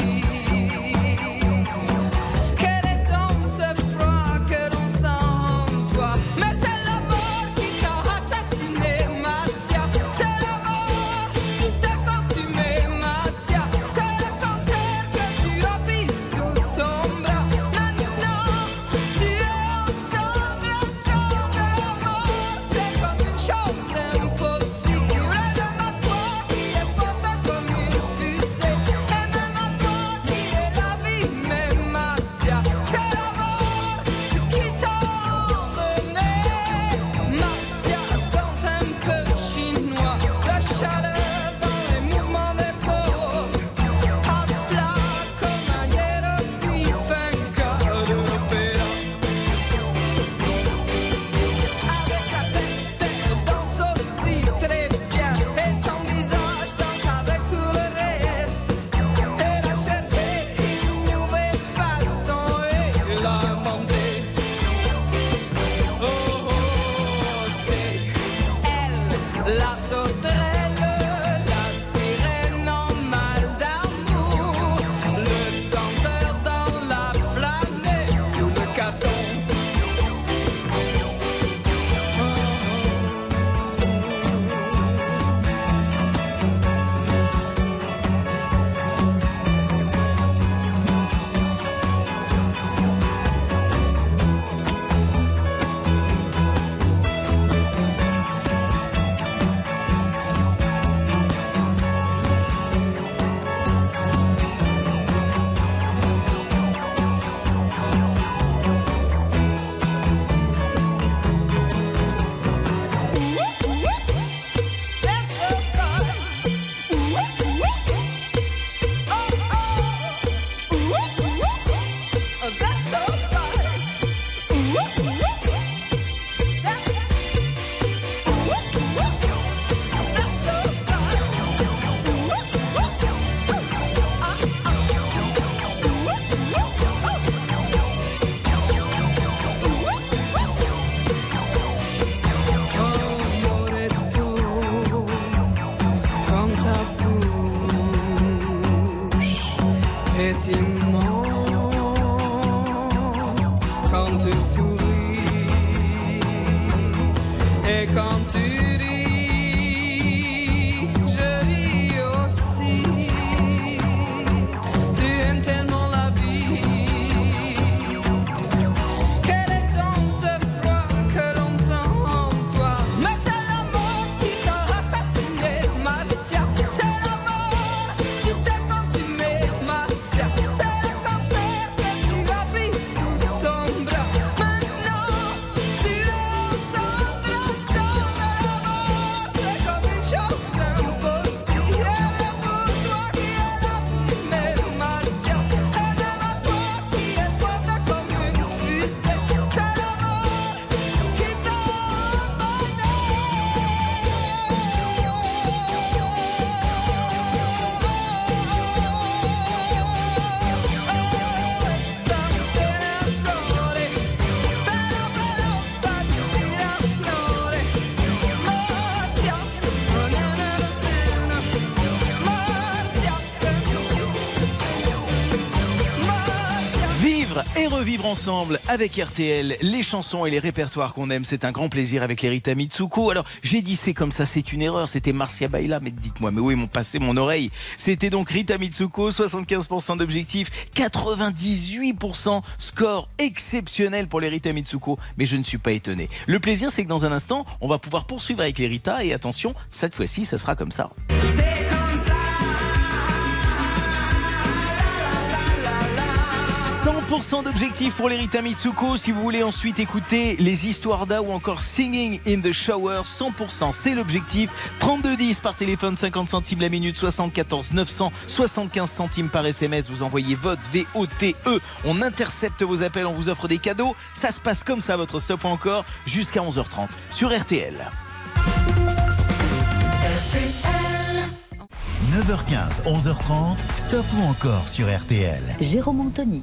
Quel est donc ce froid que l'on sent en toi? Mais c'est la mort qui t'a assassiné, Mathia. C'est la mort qui t'a consumé, Mathia. C'est le cancer que tu as pris sous ton bras. Maintenant, tu es ensemble, ensemble, la mort. C'est comme une chose impossible. Et même à toi qui est forte comme une fusée. Et même à toi qui est la vie, mais Mathia. C'est la mort qui t'a emmené, Mathia, dans un peu chinois. La chaleur dans les mouvements des peaux. À plat comme un hiéroglyphe, un cas de l'opéra. Avec la tête, elle danse aussi très bien. Et son visage danse avec tout le reste. Elle a cherché une nouvelle façon et l'a inventée. Oh, oh, c'est elle, la sauterelle, la sirène en mal d'amour, le danseur dans la planète, ou le caton. Quand ta bouche est immense, quand tu souris et quand tu ris, je ris aussi. Tu aimes tellement la vie. Quel est donc ce froid que l'on sent en toi? Mais c'est la mort qui t'a assassiné, Mathia. C'est la mort qui t'a consumé, Mathia. C'est le cancer que tu as pris sous ton bras. Maintenant, tu es ensemble, ensemble, la mort. C'est comme une chose impossible. Et pour toi qui es la vie, mais Mathia. Et même à toi qui est forte comme une fusée. C'est la mort qui t'a Vivre et revivre ensemble avec R T L les chansons et les répertoires qu'on aime, c'est un grand plaisir avec les Rita Mitsuko. Alors j'ai dit c'est comme ça, c'est une erreur, c'était Marcia Baila, mais dites-moi, mais où ils m'ont passé mon oreille? C'était donc Rita Mitsuko, soixante-quinze pour cent d'objectifs, quatre-vingt-dix-huit pour cent, score exceptionnel pour les Rita Mitsuko, mais je ne suis pas étonné. Le plaisir c'est que dans un instant, on va pouvoir poursuivre avec les Rita et attention, cette fois-ci ça sera comme ça. C'est comme ça. cent pour cent d'objectifs pour les Rita Mitsuko. Si vous voulez ensuite écouter les histoires d'A ou encore Singing in the Shower, cent pour cent c'est l'objectif. trente-deux dix par téléphone, cinquante centimes la minute, soixante-quatorze neuf cents, soixante-quinze centimes par S M S. Vous envoyez vote V O T E. On intercepte vos appels, on vous offre des cadeaux. Ça se passe comme ça, votre stop ou encore, jusqu'à onze heures trente sur R T L. neuf heures quinze, onze heures trente, stop ou encore sur R T L. Jérôme Anthony.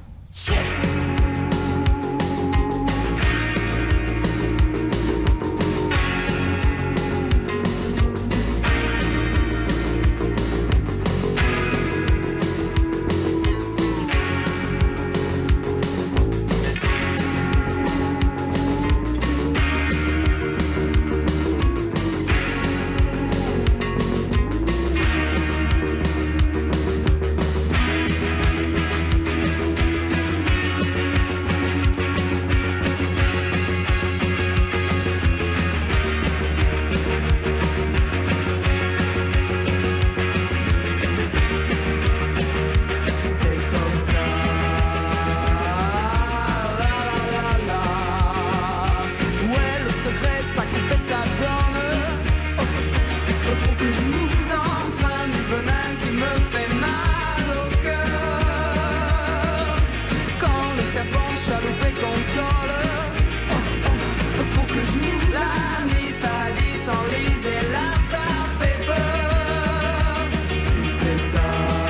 me fais mal au cœur. Quand le serpent chaloupé console, oh, oh, faut que je m'ouvre. La nuit ça dit s'enlise et là ça fait peur. Si c'est ça,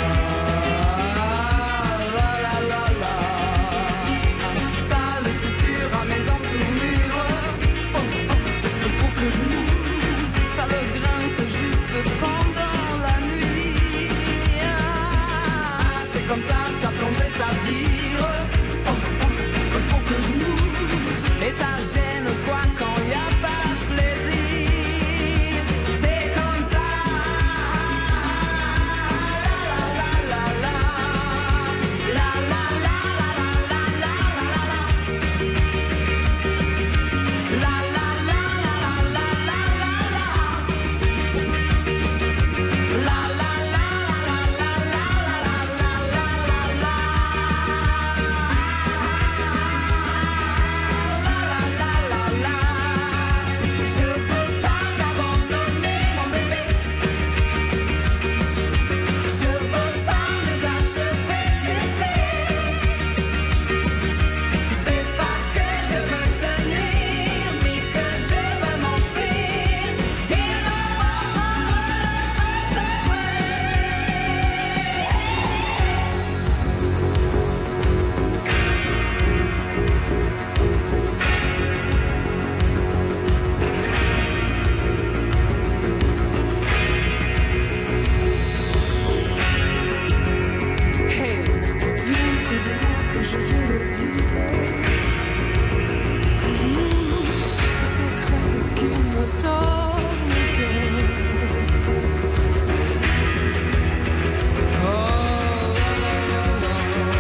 la la la la, ça le susurre à mes entournures. Oh, oh, faut que je m'ouvre. Ça le grince juste pendant la nuit. Ah, c'est comme ça, ça plonge et ça vire. Oh, oh, faut que je m'ouvre. Et ça gêne quoi quand y a pas de plaisir. C'est comme ça. La la la la la. La la la la la la la la la. La la la la la la la. La la la la la la la la la. Je peux pas t'abandonner mon bébé. Je veux pas les achever, tu sais. C'est pas que je veux tenir, mais que je veux m'enfuir. Il me Hey, viens près de moi que je te le dise. Que je m'ouvre ce secret qui me tord le cœur. Oh, la la la la.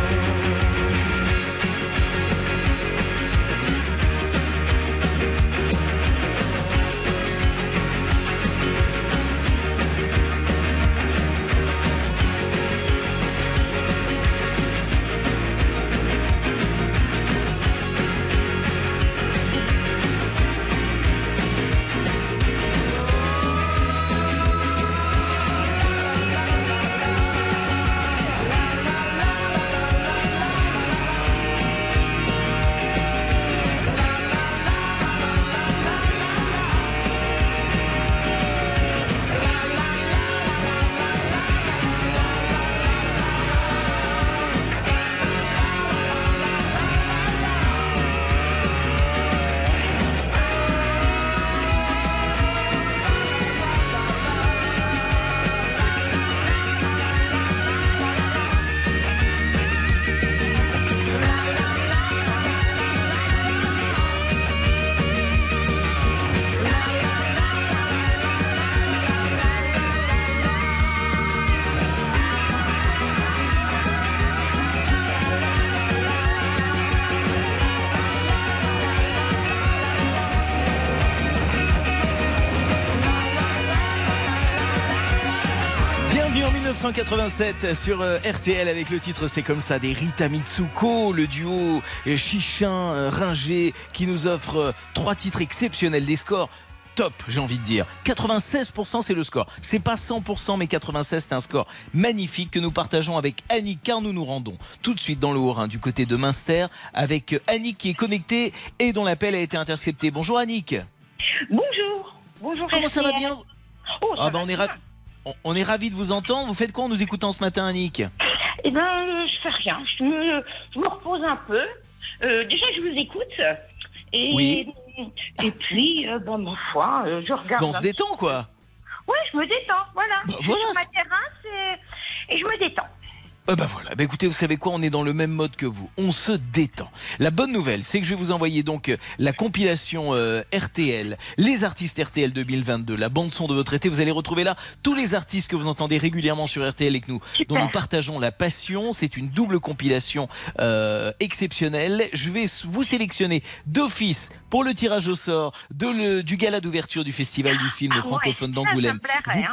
Bienvenue en mille neuf cent quatre-vingt-sept sur euh, R T L avec le titre C'est comme ça des Rita Mitsuko, le duo euh, Chichin-Ringer qui nous offre euh, trois titres exceptionnels, des scores top, j'ai envie de dire. quatre-vingt-seize pour cent c'est le score. C'est pas cent pour cent mais quatre-vingt-seize c'est un score magnifique que nous partageons avec Annick car nous nous rendons tout de suite dans le Haut-Rhin du côté de Münster avec Annick qui est connectée et dont l'appel a été intercepté. Bonjour Annick. Bonjour. Bonjour. Comment ça va bien? Oh, ça Ah bah va on est bien. ravis. On- On est ravis de vous entendre. Vous faites quoi en nous écoutant ce matin, Annick? Eh ben, euh, je fais rien. Je me, je me repose un peu. Euh, déjà, je vous écoute. Et, Oui. et puis, euh, ben, ma foi, euh, je regarde. Bon, on se un détend, petit- quoi. Ouais, je me détends, voilà. Bah, je suis voilà. sur ma terrasse et, et je me détends. Euh, bah voilà, bah écoutez, vous savez quoi, on est dans le même mode que vous, on se détend. La bonne nouvelle, c'est que je vais vous envoyer donc euh, la compilation euh, R T L, les artistes R T L deux mille vingt-deux, la bande son de votre été. Vous allez retrouver là tous les artistes que vous entendez régulièrement sur R T L et que nous, dont nous partageons la passion. C'est une double compilation euh, exceptionnelle. Je vais vous sélectionner d'office pour le tirage au sort de le, du gala d'ouverture du festival du film Ah ouais, francophone ça, ça d'Angoulême. me plairait, Vous- hein.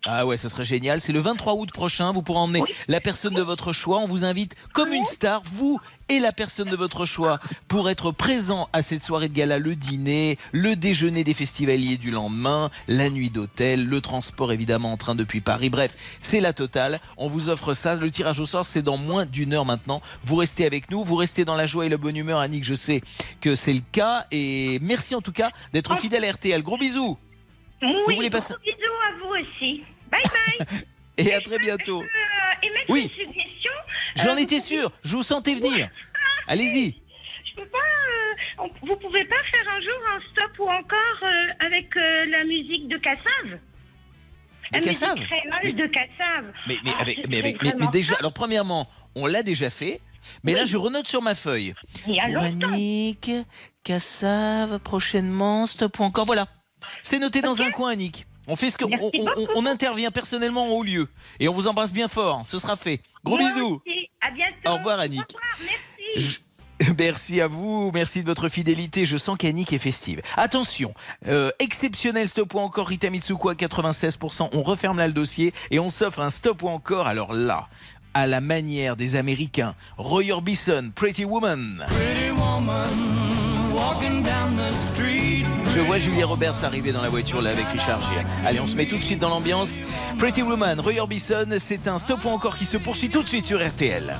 Ah ouais, ça serait génial. C'est le vingt-trois août prochain. Vous pourrez emmener oui. la personne de votre choix. On vous invite comme une star, vous et la personne de votre choix, pour être présent à cette soirée de gala, le dîner, le déjeuner des festivaliers du lendemain, la nuit d'hôtel, le transport évidemment en train depuis Paris. Bref, c'est la totale. On vous offre ça. Le tirage au sort, c'est dans moins d'une heure maintenant. Vous restez avec nous. Vous restez dans la joie et la bonne humeur. Annick, je sais que c'est le cas. Et merci en tout cas d'être fidèle à R T L. Gros bisous. Oui, vous voulez passer... gros bisous à vous aussi. Bye bye. Et à très bientôt. Euh, et mettre oui. une suggestion. J'en euh, étais sûr. Je vous sentais venir. Allez-y. Je peux pas. Euh, vous pouvez pas faire un jour un stop ou encore euh, avec euh, la musique de Cassave. De Cassave. Mais de Cassave. Mais mais ah, avec mais avec mais, mais déjà. Alors premièrement, on l'a déjà fait. Mais oui. là, je renote sur ma feuille. Annick, Cassave, prochainement, stop ou encore. Voilà. C'est noté dans okay. un coin, Annick. On fait ce que on, on, on intervient personnellement en haut lieu et on vous embrasse bien fort. Ce sera fait. Gros Moi bisous. Aussi. À bientôt. Au revoir, Annick. Au revoir. Merci. Je... Merci à vous, merci de votre fidélité. Je sens qu'Annick est festive. Attention, euh, exceptionnel stop ou encore Rita Mitsuko à quatre-vingt-seize pour cent. On referme là le dossier et on s'offre un stop ou encore. Alors là, à la manière des Américains, Roy Orbison, Pretty Woman. Pretty woman walking down the street. Je vois Julia Roberts arriver dans la voiture là avec Richard Gere. Allez, on se met tout de suite dans l'ambiance. Pretty Woman, Roy Orbison, c'est un stop ou encore qui se poursuit tout de suite sur R T L.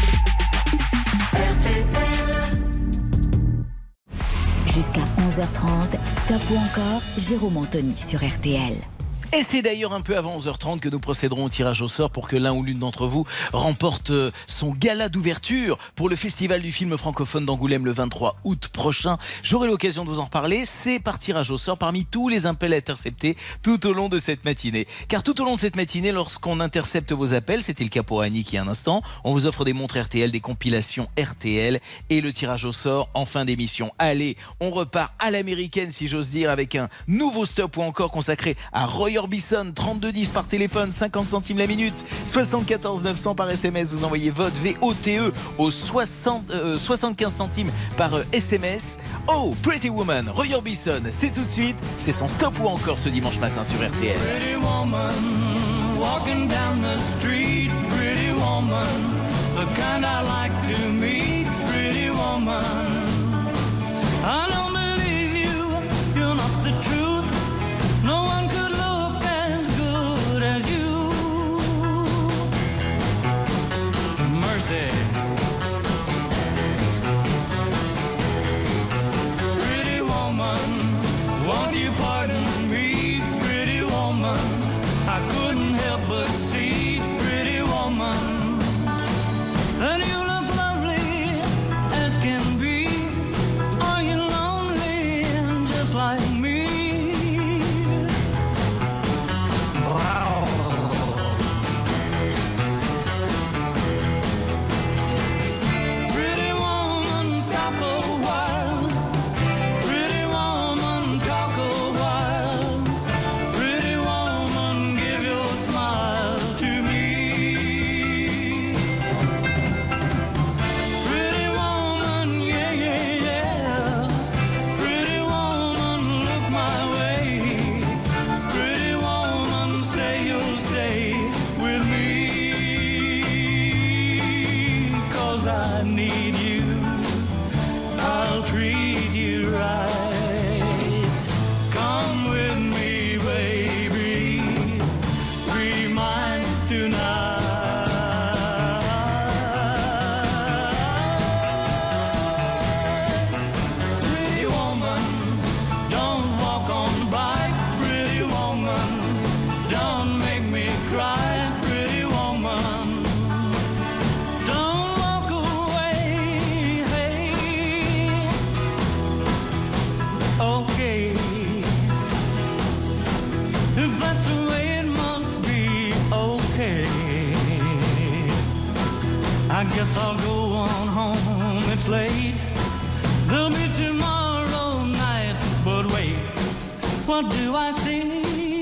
R T L. Jusqu'à onze heures trente, stop ou encore, Jérôme Anthony sur R T L. Et c'est d'ailleurs un peu avant onze heures trente que nous procéderons au tirage au sort pour que l'un ou l'une d'entre vous remporte son gala d'ouverture pour le Festival du film francophone d'Angoulême le vingt-trois août prochain. J'aurai l'occasion de vous en reparler. C'est par tirage au sort parmi tous les appels interceptés tout au long de cette matinée. Car tout au long de cette matinée, lorsqu'on intercepte vos appels, c'était le cas pour Annick il y a un instant, on vous offre des montres R T L, des compilations R T L et le tirage au sort en fin d'émission. Allez, on repart à l'américaine si j'ose dire avec un nouveau stop ou encore consacré à Roy Orbison, trente-deux dix par téléphone, cinquante centimes la minute, soixante-quatorze neuf cents par S M S. Vous envoyez votre V O T E au soixante, euh, soixante-quinze centimes par euh, S M S. Oh, Pretty Woman, Roy Orbison, c'est tout de suite. C'est son stop ou encore ce dimanche matin sur R T L. Pretty woman, walking down the street. Pretty woman, the kind I like to meet. Pretty woman, I don't believe you, you're not the truth. No one could look as good as you. Mercy. Pretty woman, won't you pardon me? Pretty woman, I couldn't help but see. Pretty woman, and you look lovely as can be. Are you lonely just like me? Wow. Pretty woman, stop a while. Pretty woman, talk a while. Pretty woman, give your smile to me. Pretty woman, yeah, yeah, yeah. Pretty woman, look my way. Pretty woman, say you'll stay with me. 'Cause I need you, I'll treat you right. Come with me, baby, be mine tonight. Pretty woman, don't walk on by. Pretty woman, don't make me cry. Pretty woman, don't walk away. Hey, okay, if that's the way it must be, okay. I guess I'll go on home, it's late. There'll be tomorrow night, but wait, what do I see?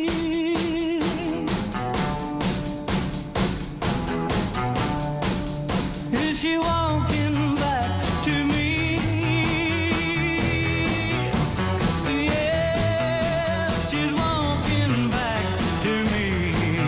Is she walking back to me? Yeah, she's walking back to me.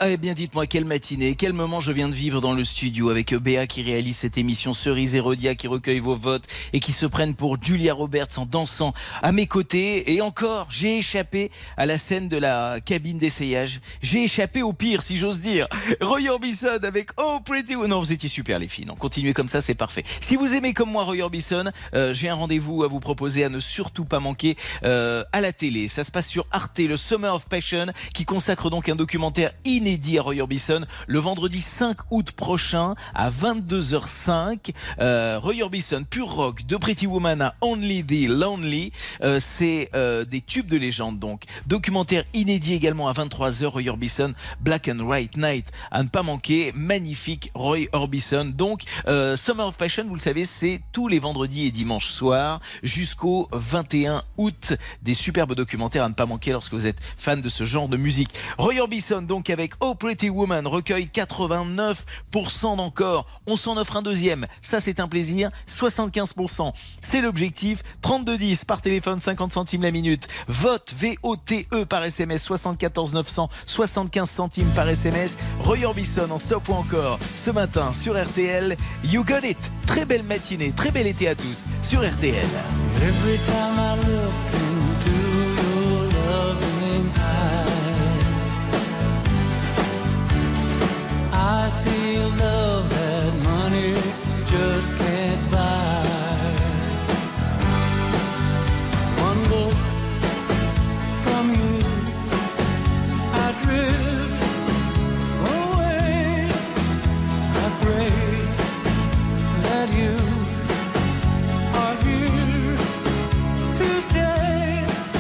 Eh bien, dites-moi, quelle matinée, quel moment je viens de vivre dans le studio avec Béa qui réalise cette émission, Cerise et Rodia qui recueille vos votes et qui se prennent pour Julia Roberts en dansant à mes côtés. Et encore, j'ai échappé à la scène de la cabine d'essayage. J'ai échappé au pire, si j'ose dire. Roy Orbison avec Oh Pretty Woman. Non, vous étiez super les filles. Non, continuez comme ça, c'est parfait. Si vous aimez comme moi Roy Orbison, euh, j'ai un rendez-vous à vous proposer à ne surtout pas manquer euh, à la télé. Ça se passe sur Arte, le Summer of Passion, qui consacre donc un documentaire inédit à Roy Orbison le vendredi cinq août prochain à vingt-deux heures cinq. Euh, Roy Orbison, pur rock, de Pretty Woman à Only the Lonely. Euh, c'est euh, des tubes de légende donc. Documentaire inédit également à vingt-trois heures, Roy Orbison, Black and White Night à ne pas manquer. Magnifique Roy Orbison. Donc euh, Summer of Passion, vous le savez, c'est tous les vendredis et dimanches soirs jusqu'au vingt et un août. Des superbes documentaires à ne pas manquer lorsque vous êtes fan de ce genre de musique. Roy Orbison donc avec Oh Pretty Woman recueille quatre-vingt-neuf pour cent d'encore. On s'en offre un deuxième. Ça c'est un plaisir. soixante-quinze pour cent. C'est l'objectif. trente-deux dix par téléphone, cinquante centimes la minute. Vote V O T E par S M S soixante-quatorze neuf cents, soixante-quinze centimes par S M S. Roy Orbison en stop ou encore ce matin sur R T L. You got it. Très belle matinée, très bel été à tous sur R T L. Every time I look into your loving eyes, I see a love that money just can't buy. One look from you, I drift away. I pray that you are here to stay.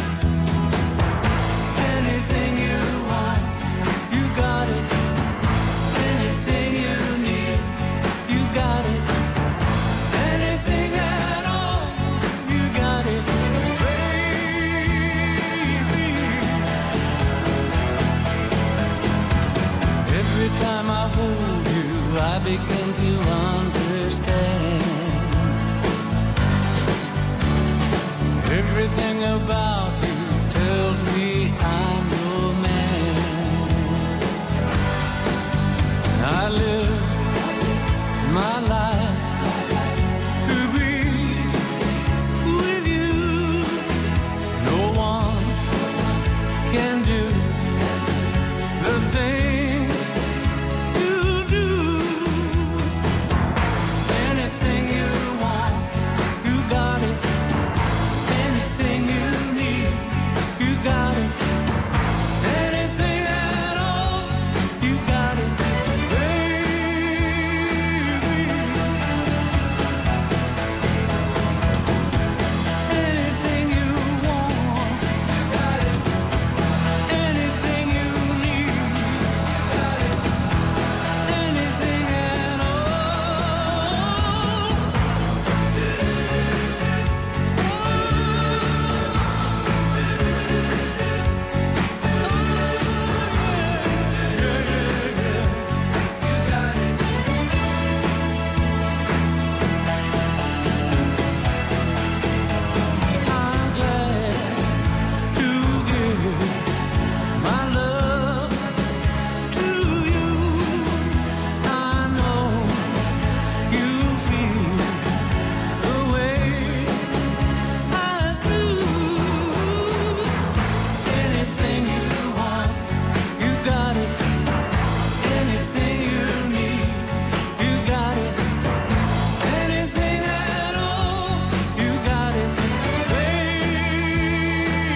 Anything you want, you got it. Anything you need, you got it. Anything at all, you got it, baby. Every time I hold you, I begin to understand. Everything about you tells me I'm your man. I live my life to be with you. No one can do the thing you do. Anything you want, you got it. Anything you need, you got it. Anything at all, you got it, baby. Anything you want, you got it. Anything you need, you got it. Anything at I'm glad to give my love to you. I know you feel the way I do. Anything you want, you got it. Anything you need, you got it. Anything at all, you got it, baby.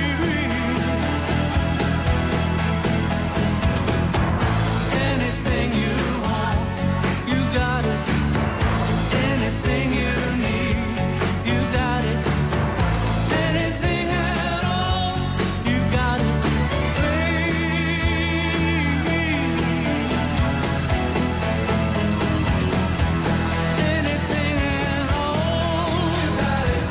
Anything you want, you got it. Anything you need, you got it. Anything at all, you got it, baby. Anything at all, you got it,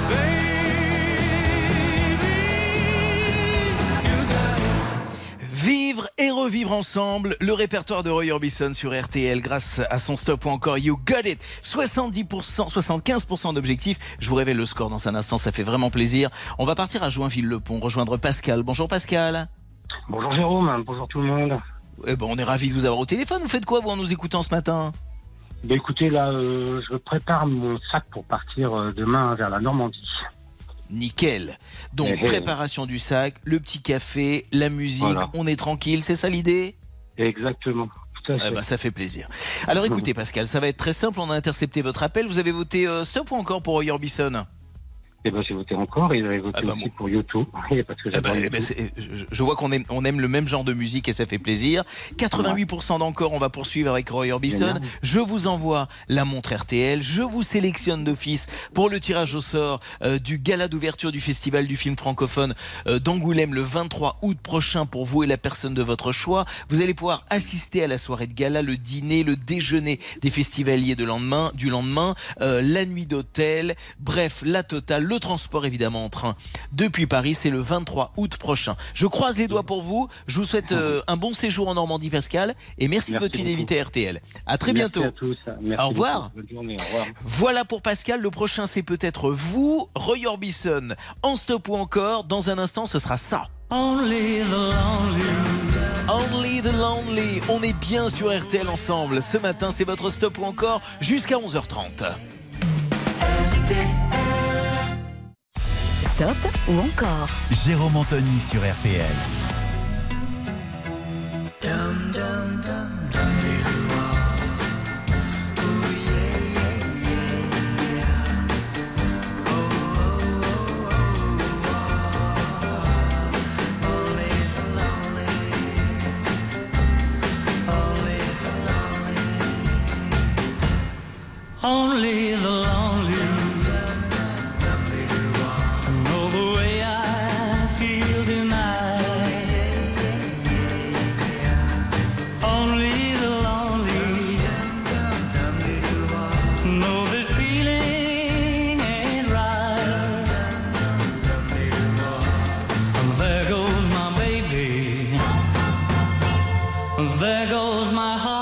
baby. You got it. Vivre et revivre ensemble le répertoire de Roy Orbison sur R T L grâce à son stop ou encore You Got It. soixante-dix pour cent, soixante-quinze pour cent d'objectifs. Je vous révèle le score dans un instant, ça fait vraiment plaisir. On va partir à Joinville-le-Pont, rejoindre Pascal. Bonjour Pascal. Bonjour Jérôme, bonjour tout le monde. Eh ben, on est ravis de vous avoir au téléphone. Vous faites quoi, vous, en nous écoutant ce matin? Ben écoutez, là, euh, je prépare mon sac pour partir euh, demain vers la Normandie. Nickel. Donc, Eh, eh. préparation du sac, le petit café, la musique, Voilà. on est tranquille, c'est ça l'idée? Exactement. Tout à Eh fait. ben, ça fait plaisir. Alors écoutez Pascal, ça va être très simple, on a intercepté votre appel. Vous avez voté euh, stop ou encore pour Roy Orbison? Eh ben, j'ai voté encore et j'avais voté Ah bah, aussi bon. pour YouTube. Parce que Eh j'adore ben, eh YouTube. ben, c'est- je, je vois qu'on aime, on aime le même genre de musique et ça fait plaisir. quatre-vingt-huit pour cent d'encore, on va poursuivre avec Roy Orbison. Génial. Je vous envoie la montre R T L. Je vous sélectionne d'office pour le tirage au sort euh, du gala d'ouverture du Festival du film francophone euh, d'Angoulême le vingt-trois août prochain pour vous et la personne de votre choix. Vous allez pouvoir assister à la soirée de gala, le dîner, le déjeuner des festivaliers de lendemain, du lendemain, euh, la nuit d'hôtel, bref, la totale, le transport évidemment en train depuis Paris, c'est le vingt-trois août prochain. Je croise les doigts pour vous, je vous souhaite euh, un bon séjour en Normandie Pascal et merci, de Merci votre fidélité à R T L. À très Merci bientôt. à tous. Merci Au revoir. beaucoup. Bonne journée. Au revoir. Voilà pour Pascal, le prochain c'est peut-être vous, Roy Orbison, en stop ou encore, dans un instant ce sera ça. Only the lonely. Only the Lonely, on est bien sur R T L ensemble. Ce matin c'est votre stop ou encore jusqu'à onze heures trente. Stop ou encore? Jérôme Anthony sur R T L. Only the lonely know the way I feel tonight. Only the lonely know this feeling ain't right. There goes my baby. There goes my heart.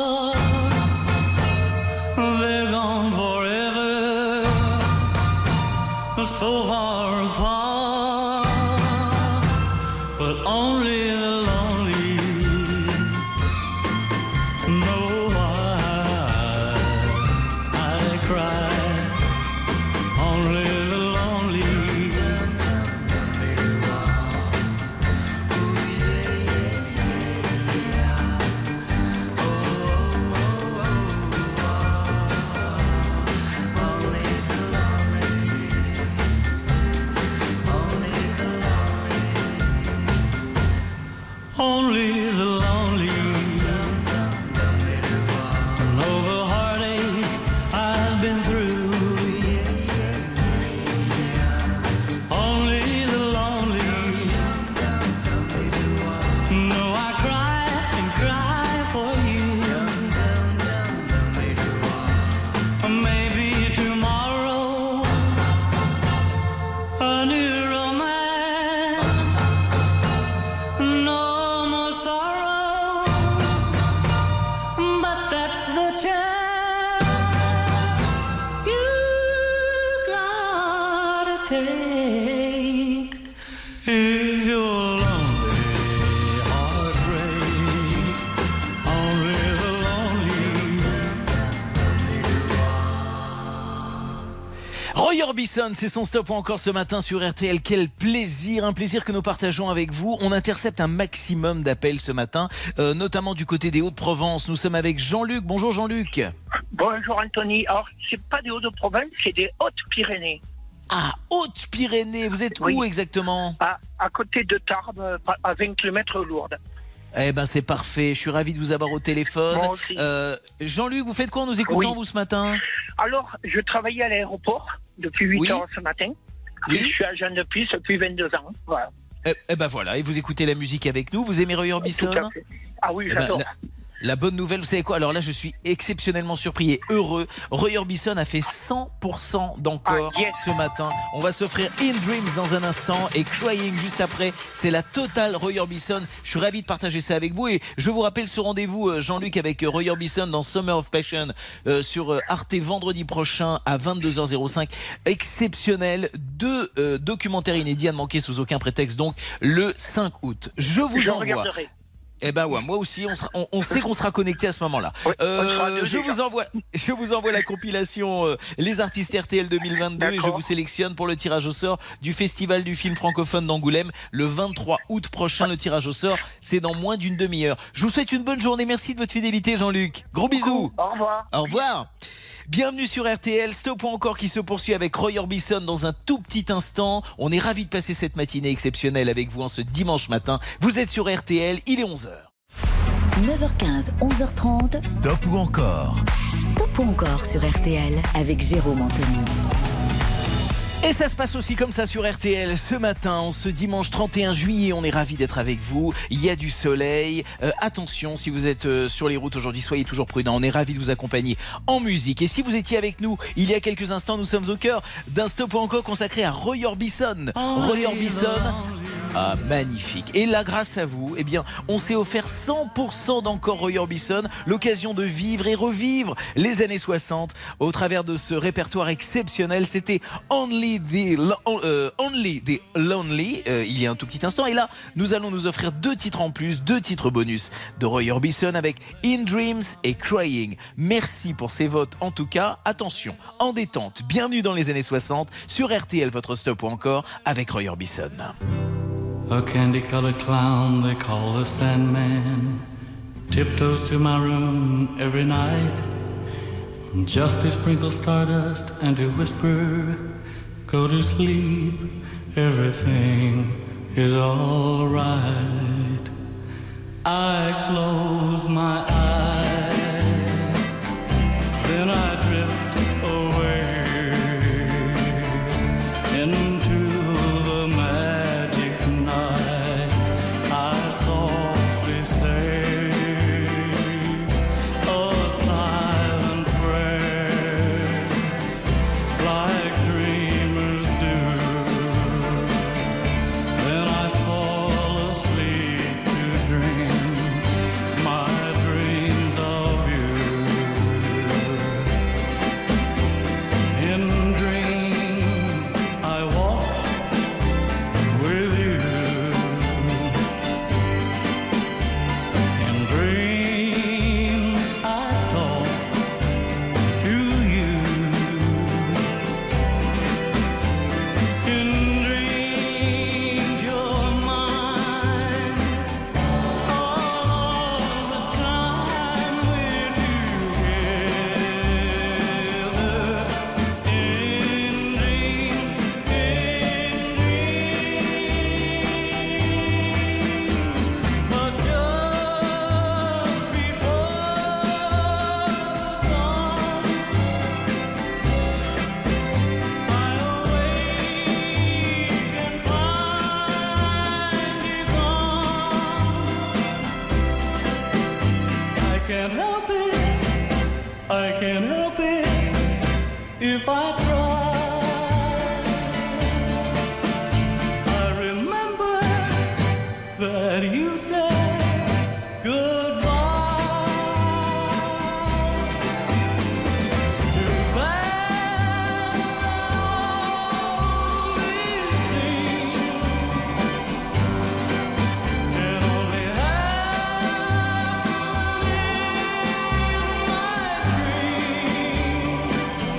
They're gone forever, so far apart. But only the lonely know why I cry. Only the lonely. Only the lonely know the heartaches I've been through. Only the lonely know I cry and cry for you. Maybe tomorrow a new romance. No more sorrow, but that's the chance you gotta take. If you're lonely, heartbreak, only the lonely. Roy Orbison, c'est son stop ou encore ce matin sur R T L. Quel plaisir, un plaisir que nous partageons avec vous. On intercepte un maximum d'appels ce matin, euh, notamment du côté des Hauts-de-Provence. Nous sommes avec Jean-Luc. Bonjour Jean-Luc. Bonjour Anthony. Alors, c'est pas des Hauts-de-Provence, c'est des Hautes-Pyrénées. Ah, Hautes-Pyrénées, vous êtes Oui. où exactement? À, à côté de Tarbes, à vingt kilomètres de Lourdes. Eh ben c'est parfait, je suis ravi de vous avoir au téléphone. Moi aussi. Euh, Jean-Luc, vous faites quoi en nous écoutant Oui. vous ce matin? Alors, je travaillais à l'aéroport depuis huit Oui. heures ce matin. Oui. Et je suis agent de piste depuis vingt-deux ans. Voilà. Eh, eh ben voilà, et vous écoutez la musique avec nous. Vous aimez Roy Orbison? Tout à fait. Ah oui, Eh ben, j'adore. la, la bonne nouvelle, vous savez quoi? Alors là, je suis exceptionnellement surpris et heureux. Roy Orbison a fait cent pour cent d'encore Ah, yes. ce matin. On va s'offrir In Dreams dans un instant et Crying juste après. C'est la totale Roy Orbison. Je suis ravi de partager ça avec vous et je vous rappelle ce rendez-vous, euh, Jean-Luc, avec euh, Roy Orbison dans Summer of Passion euh, sur euh, Arte vendredi prochain à vingt-deux heures cinq. Exceptionnel. Deux euh, documentaires inédits à ne manquer sous aucun prétexte, donc le cinq août. Je vous Je envoie. regarderai. Eh ben ouais, moi aussi, on, sera, on, on sait qu'on sera connecté à ce moment-là. Oui, Euh, deux, je déjà. vous envoie, je vous envoie la compilation euh, Les artistes R T L deux mille vingt-deux et je D'accord. vous sélectionne pour le tirage au sort du Festival du film francophone d'Angoulême le vingt-trois août prochain. Le tirage au sort, c'est dans moins d'une demi-heure. Je vous souhaite une bonne journée. Merci de votre fidélité, Jean-Luc. Gros bisous. Au revoir. Au revoir. Bienvenue sur R T L, Stop ou encore qui se poursuit avec Roy Orbison dans un tout petit instant. On est ravis de passer cette matinée exceptionnelle avec vous en ce dimanche matin. Vous êtes sur R T L, il est onze heures. neuf heures quinze, onze heures trente. Stop ou encore. Stop ou encore sur R T L avec Jérôme Anthony. Et ça se passe aussi comme ça sur R T L ce matin, en ce dimanche trente et un juillet. On est ravis d'être avec vous. Il y a du soleil. Euh, attention, si vous êtes euh, sur les routes aujourd'hui, soyez toujours prudents. On est ravis de vous accompagner en musique. Et si vous étiez avec nous il y a quelques instants, nous sommes au cœur d'un Stop ou encore consacré à Roy Orbison. Roy Orbison. Ah, magnifique. Et là, grâce à vous, eh bien, on s'est offert cent pour cent d'encore Roy Orbison, l'occasion de vivre et revivre les années soixante au travers de ce répertoire exceptionnel. C'était Only the, Lo- euh, Only the Lonely, euh, il y a un tout petit instant. Et là, nous allons nous offrir deux titres en plus, deux titres bonus de Roy Orbison avec In Dreams et Crying. Merci pour ces votes en tout cas. Attention, en détente, bienvenue dans les années soixante sur R T L, votre Stop ou encore avec Roy Orbison. A candy-colored clown they call the Sandman tiptoes to my room every night just to sprinkle stardust and to whisper, go to sleep, everything is all right. I close my eyes, then I drift away into the magic night. I softly say a silent prayer like dreamers do. Then I fall asleep to dream my dreams of you. In dreams I walk with you. In dreams I talk to you. In dreams you're mine all the time we're together. In dreams, in dreams, but just before dawn, I awake and find you gone. I can't help it, I can't help it if I try. I remember that you said goodbye. It's too bad all these things can only happen in my dreams.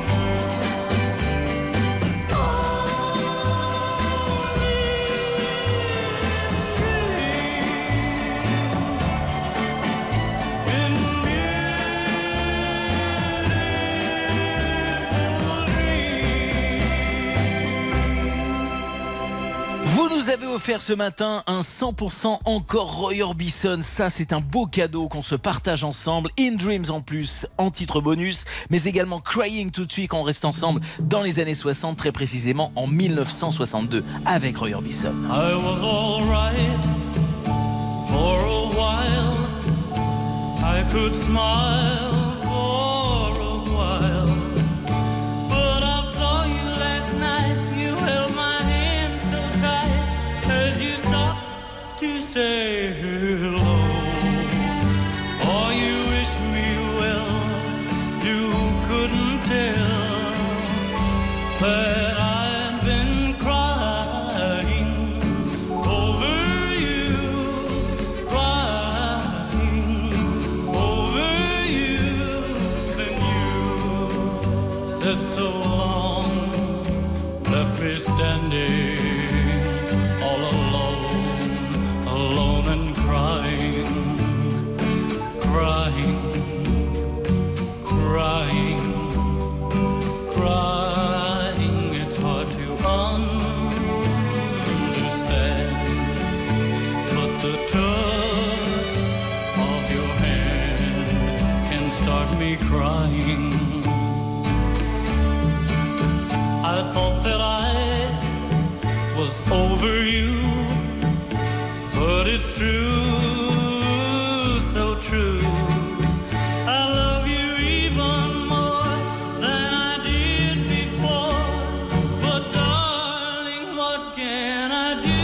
Vous nous avez offert ce matin un cent pour cent encore Roy Orbison. Ça, c'est un beau cadeau qu'on se partage ensemble. In Dreams en plus, en titre bonus, mais également Crying tout de suite quand on reste ensemble dans les années soixante, très précisément en mille neuf cent soixante-deux avec Roy Orbison. I was all right for a while. I could smile for a while. But I saw you last night. You held my hand so tight as you stopped to say hello. Oh, you wish me well. You couldn't tell that I've been crying over you, crying. me crying. I thought that I was over you, but it's true, so true. I love you even more than I did before, but darling, what can I do?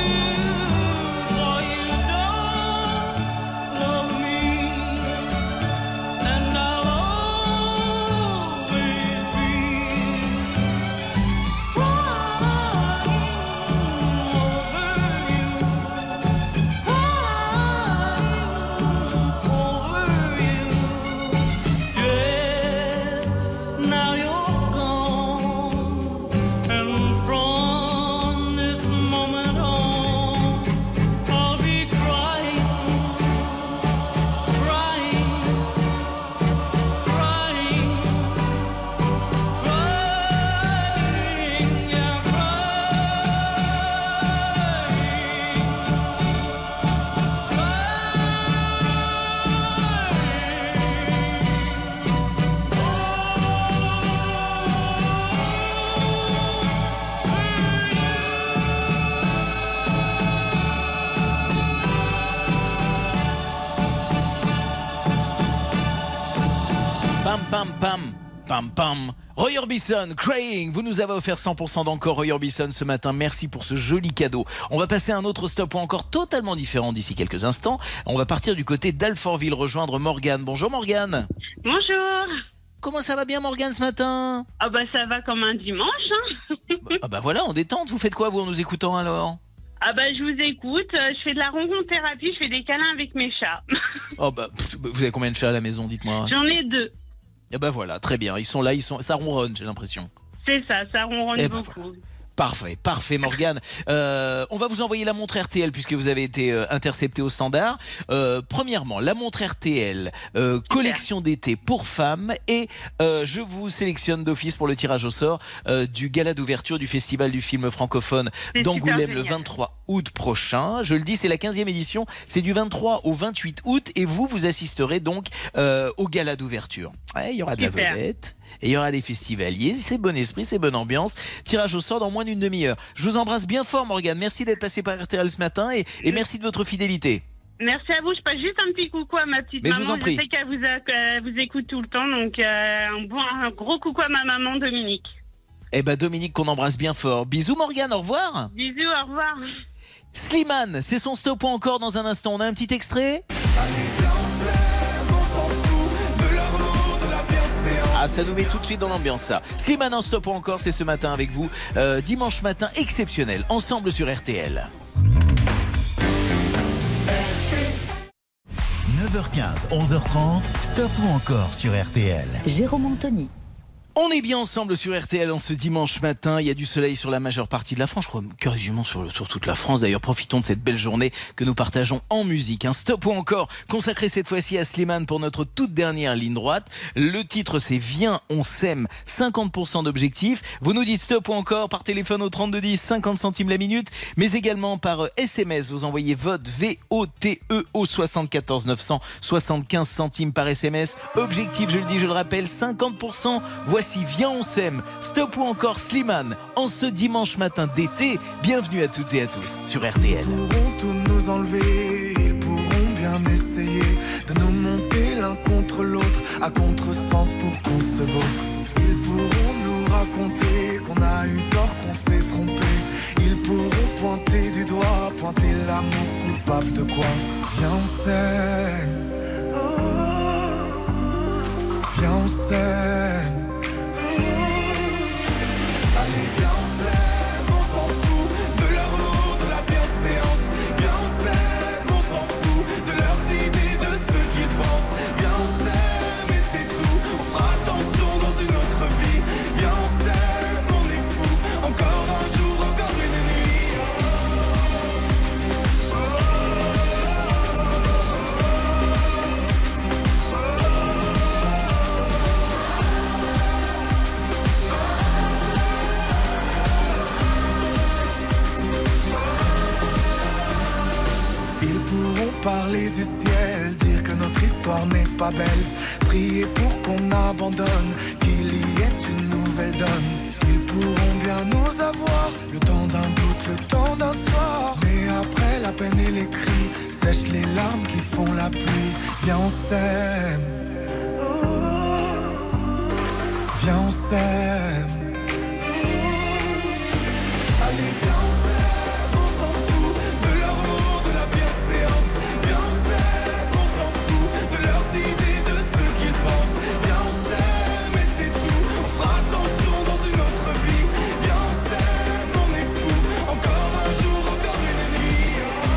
For you don't love me, and I'll always be Pam pam pam pam. Roy Orbison, Crying. Vous nous avez offert cent pour cent d'encore Roy Orbison ce matin. Merci pour ce joli cadeau. On va passer à un autre stop ou encore totalement différent d'ici quelques instants. On va partir du côté d'Alfortville rejoindre Morgane. Bonjour Morgane. Bonjour. Comment ça va bien Morgane ce matin? Ah bah ça va comme un dimanche. Hein. Ah bah voilà, en détente. Vous faites quoi vous en nous écoutant alors? Ah bah je vous écoute, je fais de la rencontre-thérapie, je fais des câlins avec mes chats. Oh bah pff, vous avez combien de chats à la maison, dites-moi? J'en ai deux. Et bah voilà, très bien, ils sont là, ils sont, ça ronronne, j'ai l'impression. C'est ça, ça ronronne Eh ben beaucoup. voilà. Parfait, parfait Morgane. Euh, on va vous envoyer la montre R T L puisque vous avez été euh, intercepté au standard. Euh, premièrement, la montre R T L, euh, collection d'été pour femmes et euh, je vous sélectionne d'office pour le tirage au sort euh, du gala d'ouverture du Festival du film francophone C'est d'Angoulême super le génial. vingt-trois août prochain. Je le dis, c'est la quinzième édition, c'est du vingt-trois au vingt-huit août et vous, vous assisterez donc euh, au gala d'ouverture. Ouais, il y aura de Super. la vedette. Et il y aura des festivaliers, c'est bon esprit, c'est bonne ambiance. Tirage au sort dans moins d'une demi-heure. Je vous embrasse bien fort Morgane, merci d'être passé par R T L ce matin et, et merci de votre fidélité. Merci à vous, je passe juste un petit coucou à ma petite Mais je maman. vous en prie. sais qu'elle vous, a- qu'elle vous écoute tout le temps, donc euh, un, bon, un gros coucou à ma maman Dominique. Eh ben Dominique qu'on embrasse bien fort. Bisous Morgane, au revoir. Bisous, au revoir. Slimane, c'est son stop ou encore dans un instant. On a un petit extrait. Ah, ça nous met tout de suite dans l'ambiance, ça. Slimane en stop ou encore, c'est ce matin avec vous. Euh, dimanche matin exceptionnel, ensemble sur R T L. neuf heures quinze, onze heures trente, stop ou encore sur R T L. Jérôme Anthony. On est bien ensemble sur R T L en ce dimanche matin. Il y a du soleil sur la majeure partie de la France, je crois quasiment sur, sur toute la France. D'ailleurs, profitons de cette belle journée que nous partageons en musique. Un stop ou encore consacré cette fois-ci à Slimane pour notre toute dernière ligne droite. Le titre, c'est Viens, on s'aime, cinquante pour cent d'objectifs. Vous nous dites stop ou encore par téléphone au trente-deux dix, cinquante centimes la minute, mais également par S M S. Vous envoyez vote V O T E au soixante-quatorze neuf cents, soixante-quinze centimes par S M S. Objectif, je le dis, je le rappelle, cinquante pour cent. Voici Viens on s'aime, stop ou encore Slimane en ce dimanche matin d'été. Bienvenue à toutes et à tous sur R T L. Ils pourront tout nous enlever, ils pourront bien essayer de nous monter l'un contre l'autre à contresens pour qu'on se vautre. Ils pourront nous raconter qu'on a eu tort, qu'on s'est trompé. Ils pourront pointer du doigt, pointer l'amour coupable de quoi. Viens on s'aime, viens on s'aime. Allez viens on s'aime, on s'en fout de leur mot, de la bienséance. Viens on s'aime, on s'en fout de leurs idées, de ce qu'ils pensent. Viens on s'aime et c'est tout, on fera attention dans une autre vie. Viens on s'aime, on est fou, encore un jour, encore une nuit. Ils pourront parler du ciel, dire que notre notre histoire n'est pas belle. Priez pour qu'on abandonne, qu'il y ait une nouvelle donne. Ils pourront bien nous avoir, le temps d'un doute, le temps d'un soir. Mais après la peine et les cris, sèche les larmes qui font la pluie. Viens on s'aime, viens on s'aime. Allez viens on s'aime, on s'en fout de leur mot, de la bienséance. Viens on s'aime, on s'en fout de leurs idées, de ce qu'ils pensent. Viens on s'aime et c'est tout, on fera attention dans une autre vie. Viens on s'aime, on est fou, encore un jour, encore une nuit.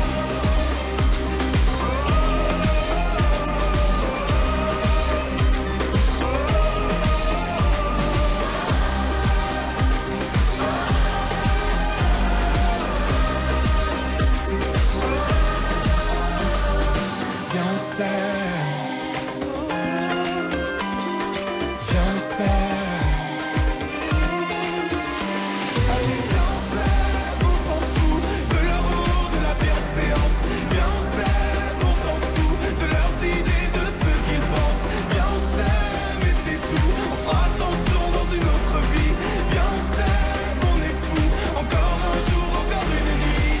Viens on s'aime, viens on s'aime. Allez viens on s'aime, on s'en fout de leur mot, de la bienséance. Viens on s'aime, on s'en fout de leurs idées, de ce qu'ils pensent. Viens on s'aime et c'est tout, on fera attention dans une autre vie. Viens on s'aime, on est fou, encore un jour, encore une nuit.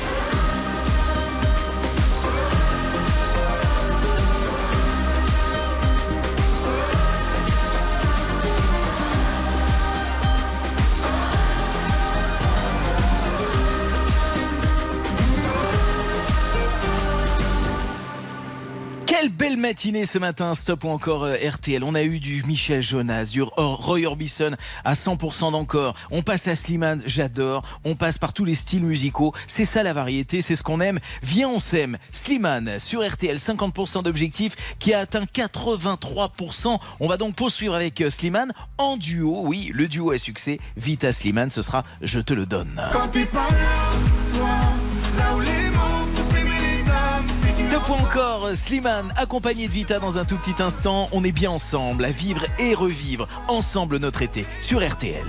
Quelle belle matinée ce matin, Stop ou encore euh, R T L. On a eu du Michel Jonas, du Roy Orbison à cent pour cent d'encore. On passe à Slimane, j'adore. On passe par tous les styles musicaux. C'est ça la variété, c'est ce qu'on aime. Viens, on s'aime. Slimane sur R T L, cinquante pour cent d'objectif qui a atteint quatre-vingt-trois pour cent. On va donc poursuivre avec euh, Slimane en duo. Oui, le duo à succès. Vita Slimane, ce sera Je te le donne. Quand t'es pas là, toi, là où les mots font s'aimer les âmes. Stop ou encore Slimane accompagné de Vita dans un tout petit instant. On est bien ensemble à vivre et revivre ensemble notre été sur R T L.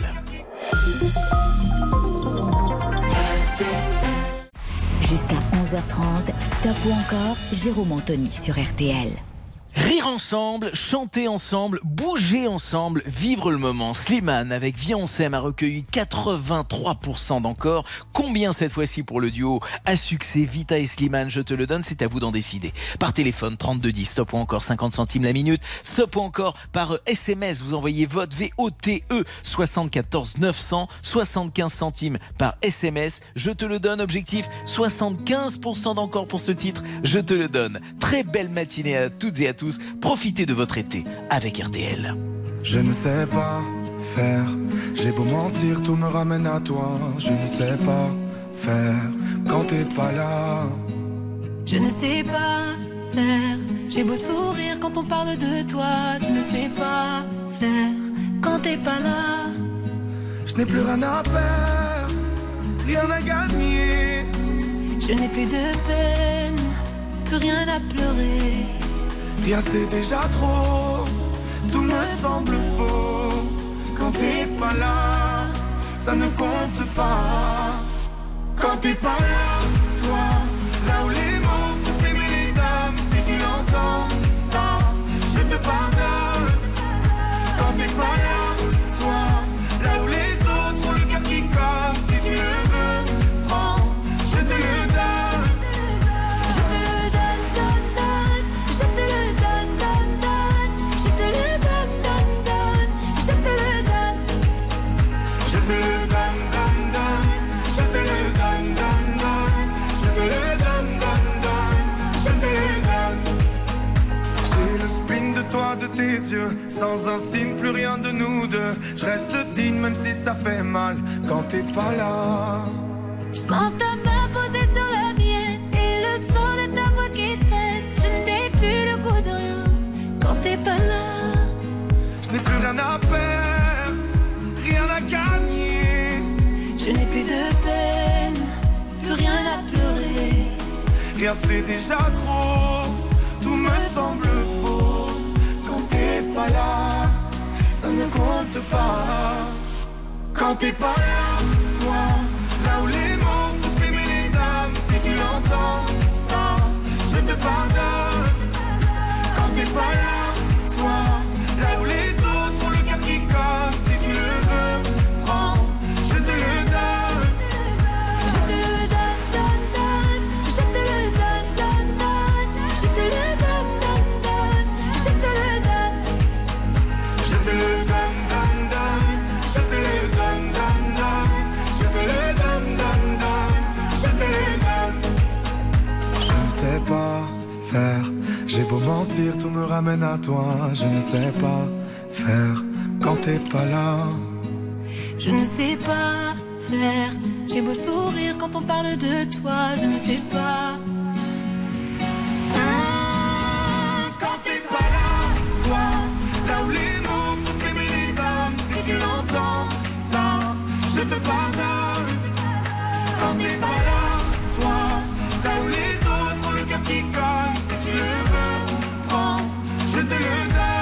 Jusqu'à onze heures trente, Stop ou encore Jérôme Anthony sur R T L. Rire ensemble, chanter ensemble, bouger ensemble, vivre le moment. Slimane avec Viens on s'aime a recueilli quatre-vingt-trois pour cent d'encore. Combien cette fois-ci pour le duo à succès Vita et Slimane, je te le donne, c'est à vous d'en décider. Par téléphone trente-deux dix, Stop ou encore cinquante centimes la minute. Stop ou encore par S M S, vous envoyez vote V O T E soixante-quatorze neuf cents, soixante-quinze centimes par S M S. Je te le donne, objectif soixante-quinze pour cent d'encore pour ce titre. Je te le donne. Très belle matinée à toutes et à tous. Profitez de votre été avec R T L. Je ne sais pas faire, j'ai beau mentir, tout me ramène à toi. Je ne sais pas faire quand t'es pas là. Je ne sais pas faire, j'ai beau sourire quand on parle de toi. Je ne sais pas faire quand t'es pas là. Je n'ai plus rien à perdre, rien à gagner. Je n'ai plus de peine, plus rien à pleurer. Rien c'est déjà trop, tout me semble faux. Quand t'es pas là, ça ne compte pas. Quand t'es pas là, toi, là où les mots font s'aimer les âmes. Si tu l'entends, ça, je te pardonne. Quand t'es pas là, toi, là où les autres ont le cœur qui colle. Si tu le veux, prends, je te le donne. De tes yeux, sans un signe, plus rien de nous deux. Je reste digne même si ça fait mal quand t'es pas là. Je sens ta main posée sur la mienne et le son de ta voix qui traîne. Je n'ai plus le goût de rien quand t'es pas là. Je n'ai plus rien à perdre, rien à gagner. Je n'ai plus de peine, plus rien à pleurer. Rien c'est déjà trop, tout me semble faux. T'es pas là, ça ne compte pas. Quand t'es pas là, toi, là où les mots font s'aimer les âmes. Si tu l'entends, ça, je te pardonne. Quand t'es pas faire. J'ai beau mentir, tout me ramène à toi. Je ne sais pas faire quand t'es pas là. Je ne sais pas faire. J'ai beau sourire quand on parle de toi. Je ne sais pas. Ah, quand t'es pas là, toi, là où les mots font s'aimer les hommes. Si tu l'entends, ça, je te pardonne. Quand t'es pas là, toi, là où les autres ont le cœur qui cogne. Si tu le veux, prends, je te le donne.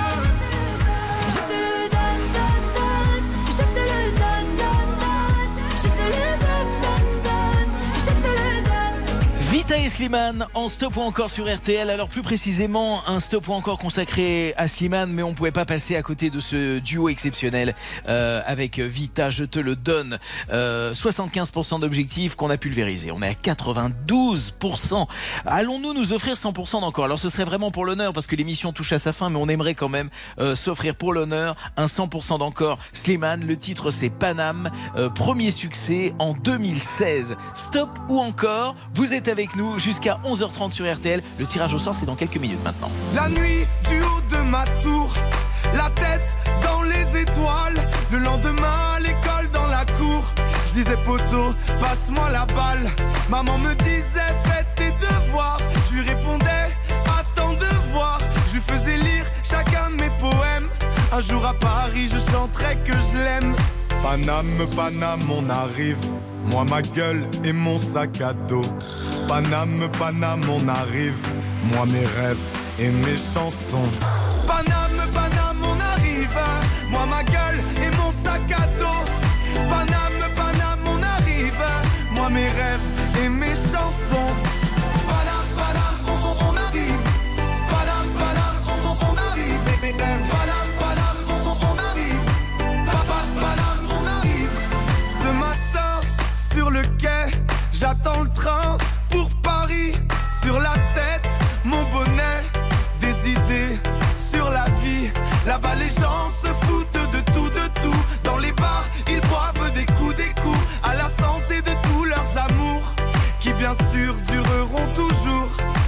Je te le donne, donne, donne. Je te le donne, donne, donne. Je te le donne, donne, donne. Je te le donne. Vita et Slimane en stop ou encore sur R T L. Alors plus précisément un stop ou encore consacré à Slimane, mais on ne pouvait pas passer à côté de ce duo exceptionnel euh, avec Vita, je te le donne. Euh, soixante-quinze pour cent d'objectifs qu'on a pulvérisé. On est à quatre-vingt-douze pour cent. Allons-nous nous offrir cent pour cent d'encore? Alors ce serait vraiment pour l'honneur parce que l'émission touche à sa fin, mais on aimerait quand même euh, s'offrir pour l'honneur un cent pour cent d'encore Slimane. Le titre c'est Paname, euh, premier succès en deux mille seize. Stop ou encore, vous êtes avec nous jusqu'à onze heures trente sur R T L. Le tirage au sort c'est dans quelques minutes maintenant. La nuit du haut de ma tour, la tête dans les étoiles. Le lendemain, l'école dans la cour. Je disais poteau, passe-moi la balle. Maman me disait fais tes devoirs. Je lui répondais attends de voir. Je lui faisais lire chacun de mes poèmes. Un jour à Paris, je chanterai que je l'aime. Paname, Paname, on arrive. Moi, ma gueule et mon sac à dos. Paname, Paname, on arrive. Moi, mes rêves et mes chansons. Paname, Paname, on arrive. Moi, ma gueule et mon sac à dos. Paname, Paname, on arrive. Moi, mes rêves et mes chansons. Paname, Paname, on, on, on arrive. Paname, Paname, on, on, on arrive. Paname, Paname, on, on, on arrive. Papa, Paname, on arrive. Ce matin, sur le quai, j'attends le train pour Paris. Sur la tête, mon bonnet, des idées sur la vie. Là-bas les gens se foutent de tout, de tout. Dans les bars, ils boivent des coups, des coups. À la santé de tous leurs amours, qui bien sûr dureront toujours.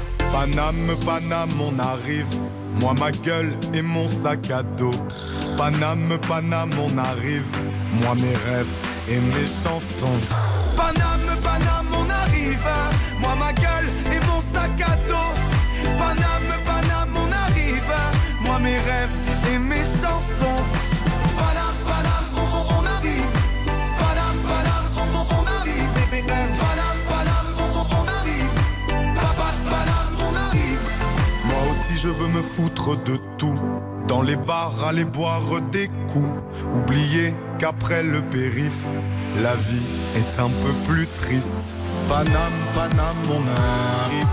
Paname, Paname, on arrive. Moi, ma gueule et mon sac à dos. Paname, Paname, on arrive. Moi, mes rêves et mes chansons. Paname, Paname, on arrive. Moi, ma gueule et mon sac à dos. Paname, Paname, on arrive. Moi, mes rêves et mes chansons. Paname, Paname, on, on, on arrive. Paname, Paname, on, on, on arrive. Paname, Paname, on, on, on arrive. Papa, Paname, on arrive. Moi aussi, je veux me foutre de tout. Dans les bars, aller boire des coups. Oublier qu'après le périph', la vie est un peu plus triste. Paname, Paname, on arrive.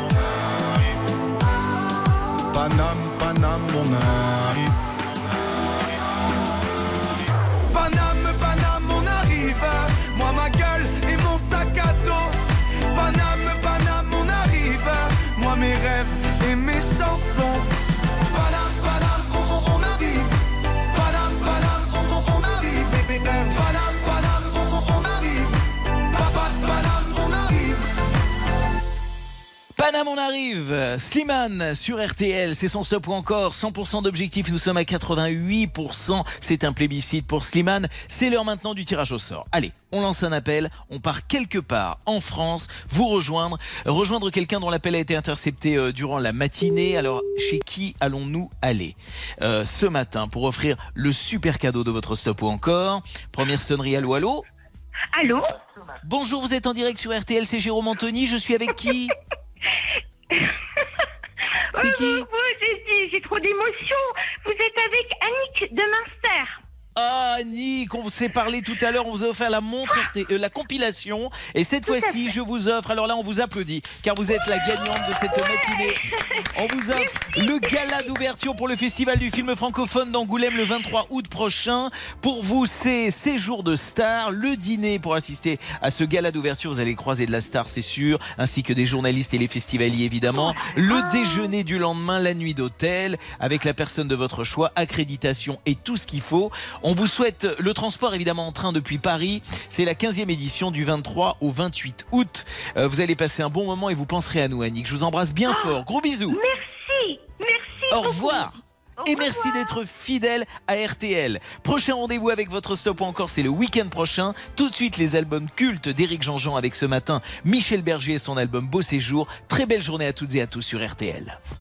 Paname, Paname, on arrive. Paname, Paname, on arrive. Moi, ma gueule et mon sac à dos. Paname, Paname, on arrive. Moi, mes rêves et mes chansons. Paname, Paname, on, on, on arrive. Paname, Paname, on, on, on arrive. Paname, Paname, on, on, on arrive. Papa, Paname, on arrive. Paname, on arrive. Slimane sur R T L, c'est son stop ou encore. cent pour cent d'objectifs, nous sommes à quatre-vingt-huit pour cent. C'est un plébiscite pour Slimane. C'est l'heure maintenant du tirage au sort. Allez, on lance un appel. On part quelque part en France, vous rejoindre. Rejoindre quelqu'un dont l'appel a été intercepté euh, durant la matinée. Alors, chez qui allons-nous aller euh, ce matin pour offrir le super cadeau de votre stop ou encore? Première sonnerie, allô, allô. Allô. Bonjour, vous êtes en direct sur R T L, c'est Jérôme Anthony. Je suis avec qui? C'est qui? Oh, j'ai, j'ai trop d'émotions. Vous êtes avec Annick de Münster. Ah, Annick, on s'est parlé tout à l'heure, on vous a offert la montre R T, euh, la compilation. Et cette tout fois-ci, je vous offre, alors là, on vous applaudit, car vous êtes la gagnante de cette matinée. On vous offre le gala d'ouverture pour le Festival du film francophone d'Angoulême le vingt-trois août prochain. Pour vous, c'est séjour de star, le dîner pour assister à ce gala d'ouverture. Vous allez croiser de la star, c'est sûr, ainsi que des journalistes et les festivaliers, évidemment. Le déjeuner du lendemain, la nuit d'hôtel, avec la personne de votre choix, accréditation et tout ce qu'il faut. On On vous souhaite le transport évidemment en train depuis Paris. C'est la quinzième édition du vingt-trois au vingt-huit août. Euh, vous allez passer un bon moment et vous penserez à nous, Annick. Je vous embrasse bien Ah, fort. Gros bisous. Merci, merci. Au beaucoup. revoir. Et merci d'être fidèle à R T L. Prochain rendez-vous avec votre stop ou encore, c'est le week-end prochain. Tout de suite, les albums cultes d'Éric Jean-Jean avec ce matin Michel Berger et son album Beau Séjour. Très belle journée à toutes et à tous sur R T L.